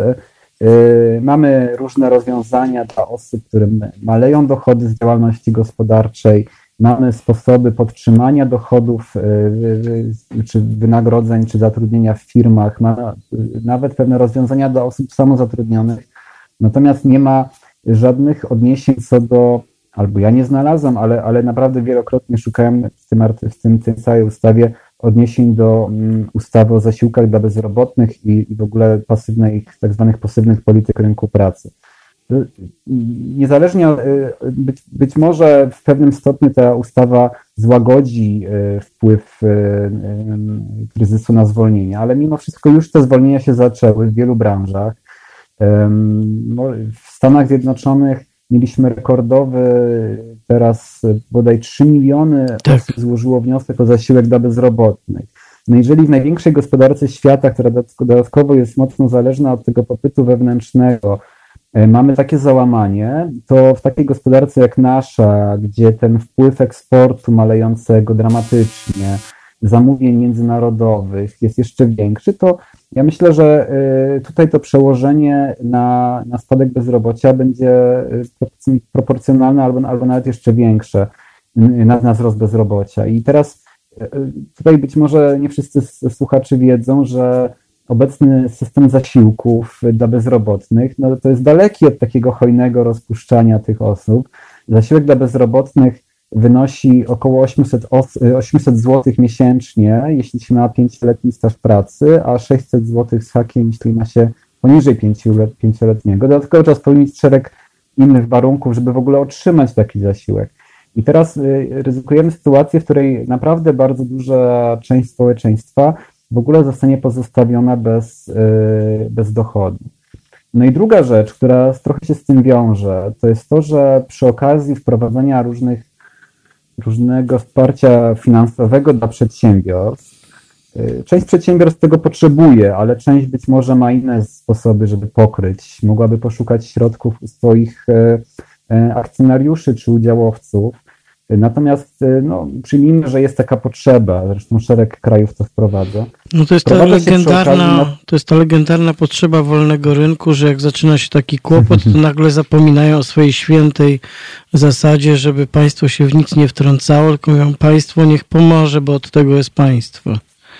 S6: mamy różne rozwiązania dla osób, którym maleją dochody z działalności gospodarczej, mamy sposoby podtrzymania dochodów, czy wynagrodzeń, czy zatrudnienia w firmach, nawet pewne rozwiązania dla osób samozatrudnionych, natomiast nie ma żadnych odniesień co do, albo ja nie znalazłem, ale naprawdę wielokrotnie szukałem w tej całej ustawie odniesień do ustawy o zasiłkach dla bezrobotnych i w ogóle tak zwanych pasywnych polityk rynku pracy. Niezależnie, być może w pewnym stopniu ta ustawa złagodzi wpływ kryzysu na zwolnienia, ale mimo wszystko już te zwolnienia się zaczęły w wielu branżach. W Stanach Zjednoczonych mieliśmy rekordowy, teraz bodaj 3 miliony osób złożyło wniosek o zasiłek dla bezrobotnych. No jeżeli w największej gospodarce świata, która dodatkowo jest mocno zależna od tego popytu wewnętrznego, mamy takie załamanie, to w takiej gospodarce jak nasza, gdzie ten wpływ eksportu malejącego dramatycznie, zamówień międzynarodowych jest jeszcze większy, to ja myślę, że tutaj to przełożenie na spadek bezrobocia będzie proporcjonalne albo nawet jeszcze większe na wzrost bezrobocia. I teraz tutaj być może nie wszyscy słuchacze wiedzą, że obecny system zasiłków dla bezrobotnych, no to jest daleki od takiego hojnego rozpuszczania tych osób. Zasiłek dla bezrobotnych wynosi około 800 zł miesięcznie, jeśli się ma 5-letni staż pracy, a 600 zł z hakiem, jeśli ma się poniżej 5-letniego. Dodatkowo trzeba spełnić szereg innych warunków, żeby w ogóle otrzymać taki zasiłek. I teraz ryzykujemy sytuację, w której naprawdę bardzo duża część społeczeństwa w ogóle zostanie pozostawiona bez dochodu. No i druga rzecz, która trochę się z tym wiąże, to jest to, że przy okazji wprowadzenia różnego wsparcia finansowego dla przedsiębiorstw, część przedsiębiorstw tego potrzebuje, ale część być może ma inne sposoby, żeby pokryć. Mogłaby poszukać środków u swoich akcjonariuszy czy udziałowców. Natomiast przyjmijmy, że jest taka potrzeba, zresztą szereg krajów to wprowadza.
S1: No to jest ta legendarna potrzeba wolnego rynku, że jak zaczyna się taki kłopot, to nagle zapominają o swojej świętej zasadzie, żeby państwo się w nic nie wtrącało, tylko mówią, państwo niech pomoże, bo od tego jest państwo.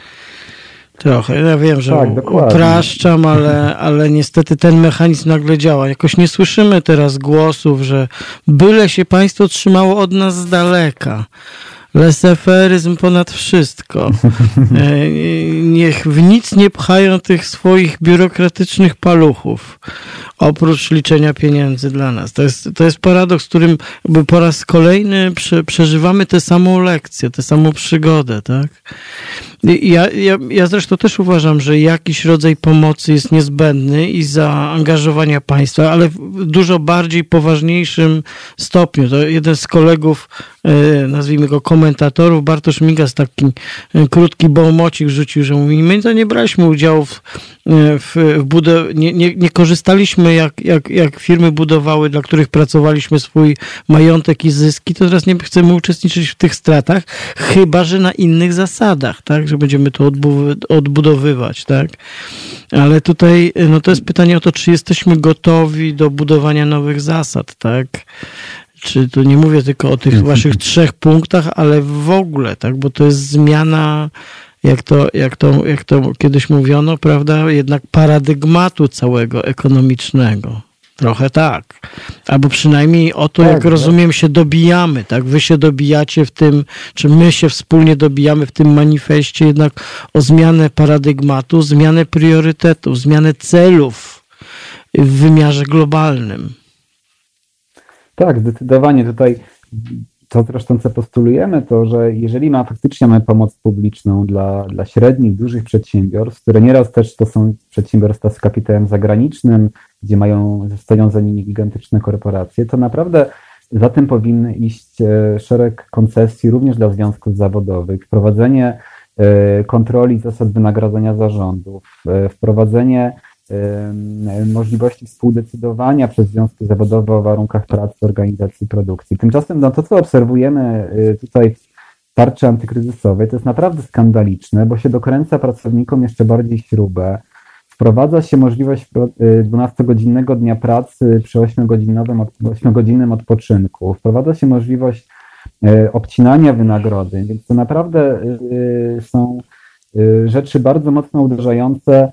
S1: Trochę, ja wiem, że upraszczam, ale niestety ten mechanizm nagle działa. Jakoś nie słyszymy teraz głosów, że byle się państwo trzymało od nas z daleka. Laissez-faire'yzm ponad wszystko. Niech w nic nie pchają tych swoich biurokratycznych paluchów, oprócz liczenia pieniędzy dla nas. To jest paradoks, w którym po raz kolejny przeżywamy tę samą lekcję, tę samą przygodę, tak? Ja zresztą też uważam, że jakiś rodzaj pomocy jest niezbędny i zaangażowania państwa, ale w dużo bardziej poważniejszym stopniu. To jeden z kolegów, nazwijmy go komentatorów, Bartosz Migas, taki krótki bołmocik rzucił, że mówi, my to nie braliśmy udziału w budowie, nie korzystaliśmy jak firmy budowały, dla których pracowaliśmy, swój majątek i zyski, to teraz nie chcemy uczestniczyć w tych stratach, chyba że na innych zasadach, tak, że będziemy to odbudowywać, tak. Ale tutaj to jest pytanie o to, czy jesteśmy gotowi do budowania nowych zasad, tak. Czy tu nie mówię tylko o tych waszych 3 punktach, ale w ogóle, tak, bo to jest zmiana, jak to kiedyś mówiono, prawda, jednak paradygmatu całego ekonomicznego. Trochę tak. Albo przynajmniej o to, jak rozumiem, się dobijamy, tak? Wy się dobijacie w tym, czy my się wspólnie dobijamy w tym manifestie jednak o zmianę paradygmatu, zmianę priorytetów, zmianę celów w wymiarze globalnym.
S6: Tak, zdecydowanie. Tutaj to zresztą co postulujemy, to że jeżeli faktycznie mamy pomoc publiczną dla średnich, dużych przedsiębiorstw, które nieraz też to są przedsiębiorstwa z kapitałem zagranicznym, gdzie stoją za nimi gigantyczne korporacje, to naprawdę za tym powinny iść szereg koncesji również dla związków zawodowych, wprowadzenie kontroli zasad wynagradzania zarządów, wprowadzenie możliwości współdecydowania przez związki zawodowe o warunkach pracy, organizacji produkcji. Tymczasem to, co obserwujemy tutaj w tarczy antykryzysowej, to jest naprawdę skandaliczne, bo się dokręca pracownikom jeszcze bardziej śrubę. Wprowadza się możliwość 12-godzinnego dnia pracy przy 8-godzinnym odpoczynku. Wprowadza się możliwość obcinania wynagrodzeń, więc to naprawdę są rzeczy bardzo mocno uderzające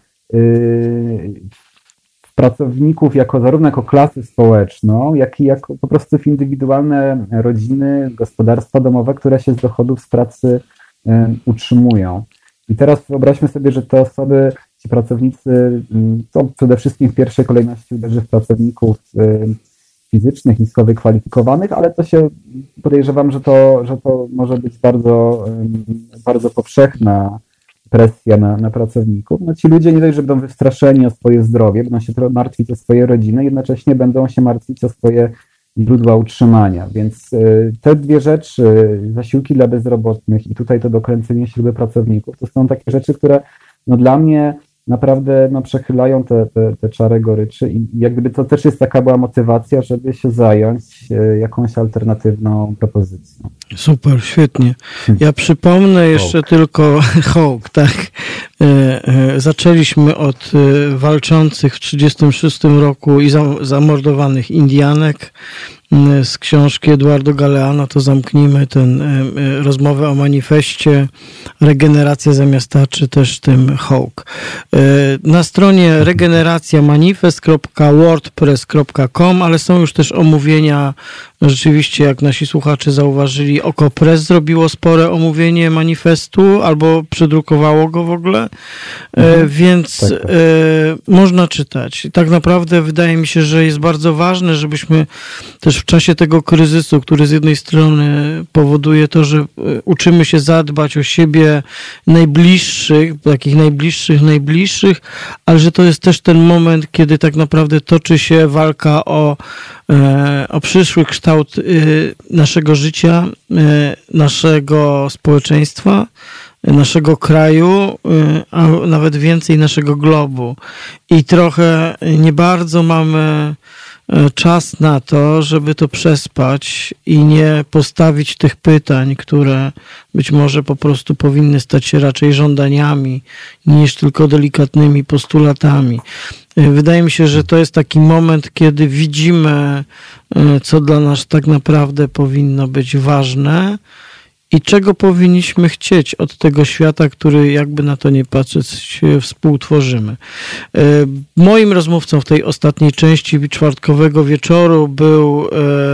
S6: w pracowników zarówno jako klasę społeczną, jak i jako po prostu w indywidualne rodziny, gospodarstwa domowe, które się z dochodów z pracy utrzymują. I teraz wyobraźmy sobie, że te osoby, ci pracownicy, to przede wszystkim w pierwszej kolejności uderzy w pracowników fizycznych, nisko wykwalifikowanych, ale to się podejrzewam, że to może być bardzo, bardzo powszechna presja na pracowników. No ci ludzie nie dość, że będą wystraszeni o swoje zdrowie, będą się martwić o swoje rodziny, jednocześnie będą się martwić o swoje źródła utrzymania. Więc te dwie rzeczy, zasiłki dla bezrobotnych i tutaj to dokręcenie śruby pracowników, to są takie rzeczy, które dla mnie naprawdę przechylają te czarę goryczy i jak gdyby to też jest taka była motywacja, żeby się zająć jakąś alternatywną propozycją.
S1: Super, świetnie. Ja przypomnę jeszcze tylko hołk, tak. Zaczęliśmy od walczących w 1936 roku i zamordowanych Indianek. Z książki Eduardo Galeana to zamknijmy tę rozmowę o manifestie Regeneracja zamiast tarczy też tym hołk. Na stronie regeneracjamanifest.wordpress.com, ale są już też omówienia, rzeczywiście jak nasi słuchacze zauważyli, OKO.press zrobiło spore omówienie manifestu albo przedrukowało go w ogóle, więc tak. Można czytać. Tak naprawdę wydaje mi się, że jest bardzo ważne, żebyśmy też w czasie tego kryzysu, który z jednej strony powoduje to, że uczymy się zadbać o siebie najbliższych, takich najbliższych, ale że to jest też ten moment, kiedy tak naprawdę toczy się walka o przyszły kształt naszego życia, naszego społeczeństwa, naszego kraju, a nawet więcej naszego globu. I trochę nie bardzo mamy czas na to, żeby to przespać i nie postawić tych pytań, które być może po prostu powinny stać się raczej żądaniami niż tylko delikatnymi postulatami. Wydaje mi się, że to jest taki moment, kiedy widzimy, co dla nas tak naprawdę powinno być ważne i czego powinniśmy chcieć od tego świata, który jakby na to nie patrzeć współtworzymy. Moim rozmówcą w tej ostatniej części czwartkowego wieczoru był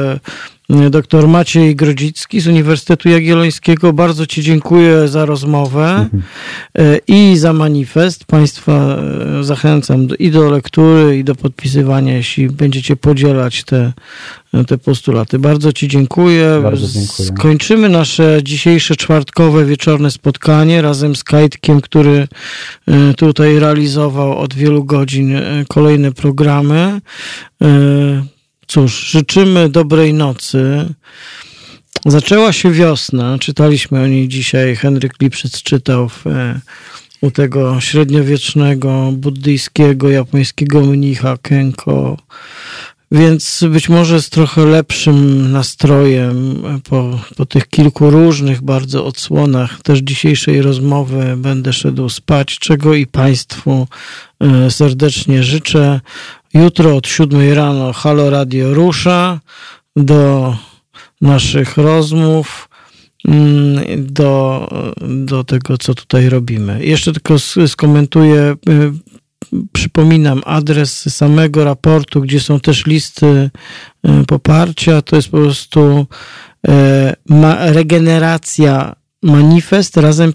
S1: dr Maciej Grodzicki z Uniwersytetu Jagiellońskiego. Bardzo Ci dziękuję za rozmowę i za manifest. Państwa zachęcam i do lektury, i do podpisywania, jeśli będziecie podzielać te postulaty. Bardzo Ci dziękuję.
S6: Bardzo dziękuję.
S1: Skończymy nasze dzisiejsze czwartkowe wieczorne spotkanie razem z Kajtkiem, który tutaj realizował od wielu godzin kolejne programy. Cóż, życzymy dobrej nocy. Zaczęła się wiosna, czytaliśmy o niej dzisiaj, Henryk Lipszyc czytał u tego średniowiecznego, buddyjskiego, japońskiego mnicha Kenko, więc być może z trochę lepszym nastrojem po tych kilku różnych bardzo odsłonach też dzisiejszej rozmowy będę szedł spać, czego i Państwu serdecznie życzę. Jutro od 7 rano Halo Radio rusza do naszych rozmów, do tego, co tutaj robimy. Jeszcze tylko skomentuję, przypominam adres samego raportu, gdzie są też listy poparcia. To jest po prostu regeneracja manifest razem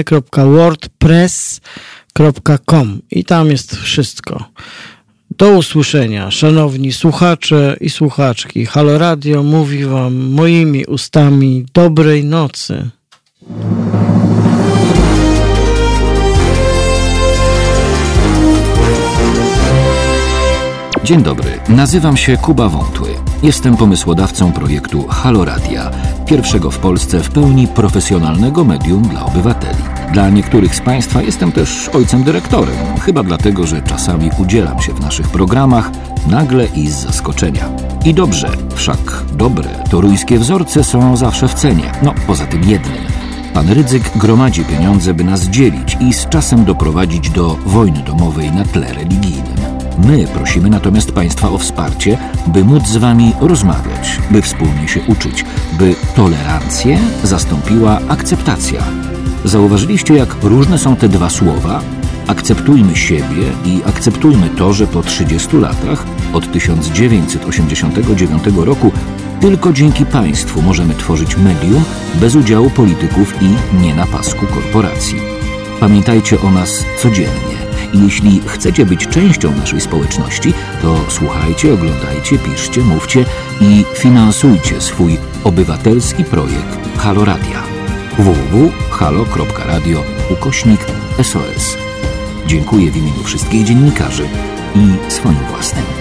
S1: pisane.wordpress.com i tam jest wszystko. Do usłyszenia, szanowni słuchacze i słuchaczki. Halo Radio mówi wam moimi ustami dobrej nocy.
S7: Dzień dobry, nazywam się Kuba Wątły. Jestem pomysłodawcą projektu Halo Radia, pierwszego w Polsce w pełni profesjonalnego medium dla obywateli. Dla niektórych z Państwa jestem też ojcem dyrektorem, chyba dlatego, że czasami udzielam się w naszych programach nagle i z zaskoczenia. I dobrze, wszak dobre toruńskie wzorce są zawsze w cenie, poza tym jednym. Pan Rydzyk gromadzi pieniądze, by nas dzielić i z czasem doprowadzić do wojny domowej na tle religijnym. My prosimy natomiast Państwa o wsparcie, by móc z Wami rozmawiać, by wspólnie się uczyć, by tolerancję zastąpiła akceptacja. Zauważyliście, jak różne są te dwa słowa? Akceptujmy siebie i akceptujmy to, że po 30 latach, od 1989 roku, tylko dzięki państwu możemy tworzyć medium bez udziału polityków i nie na pasku korporacji. Pamiętajcie o nas codziennie i jeśli chcecie być częścią naszej społeczności, to słuchajcie, oglądajcie, piszcie, mówcie i finansujcie swój obywatelski projekt Halo Radia. www.halo.radio/SOS. Dziękuję w imieniu wszystkich dziennikarzy i swoim własnym.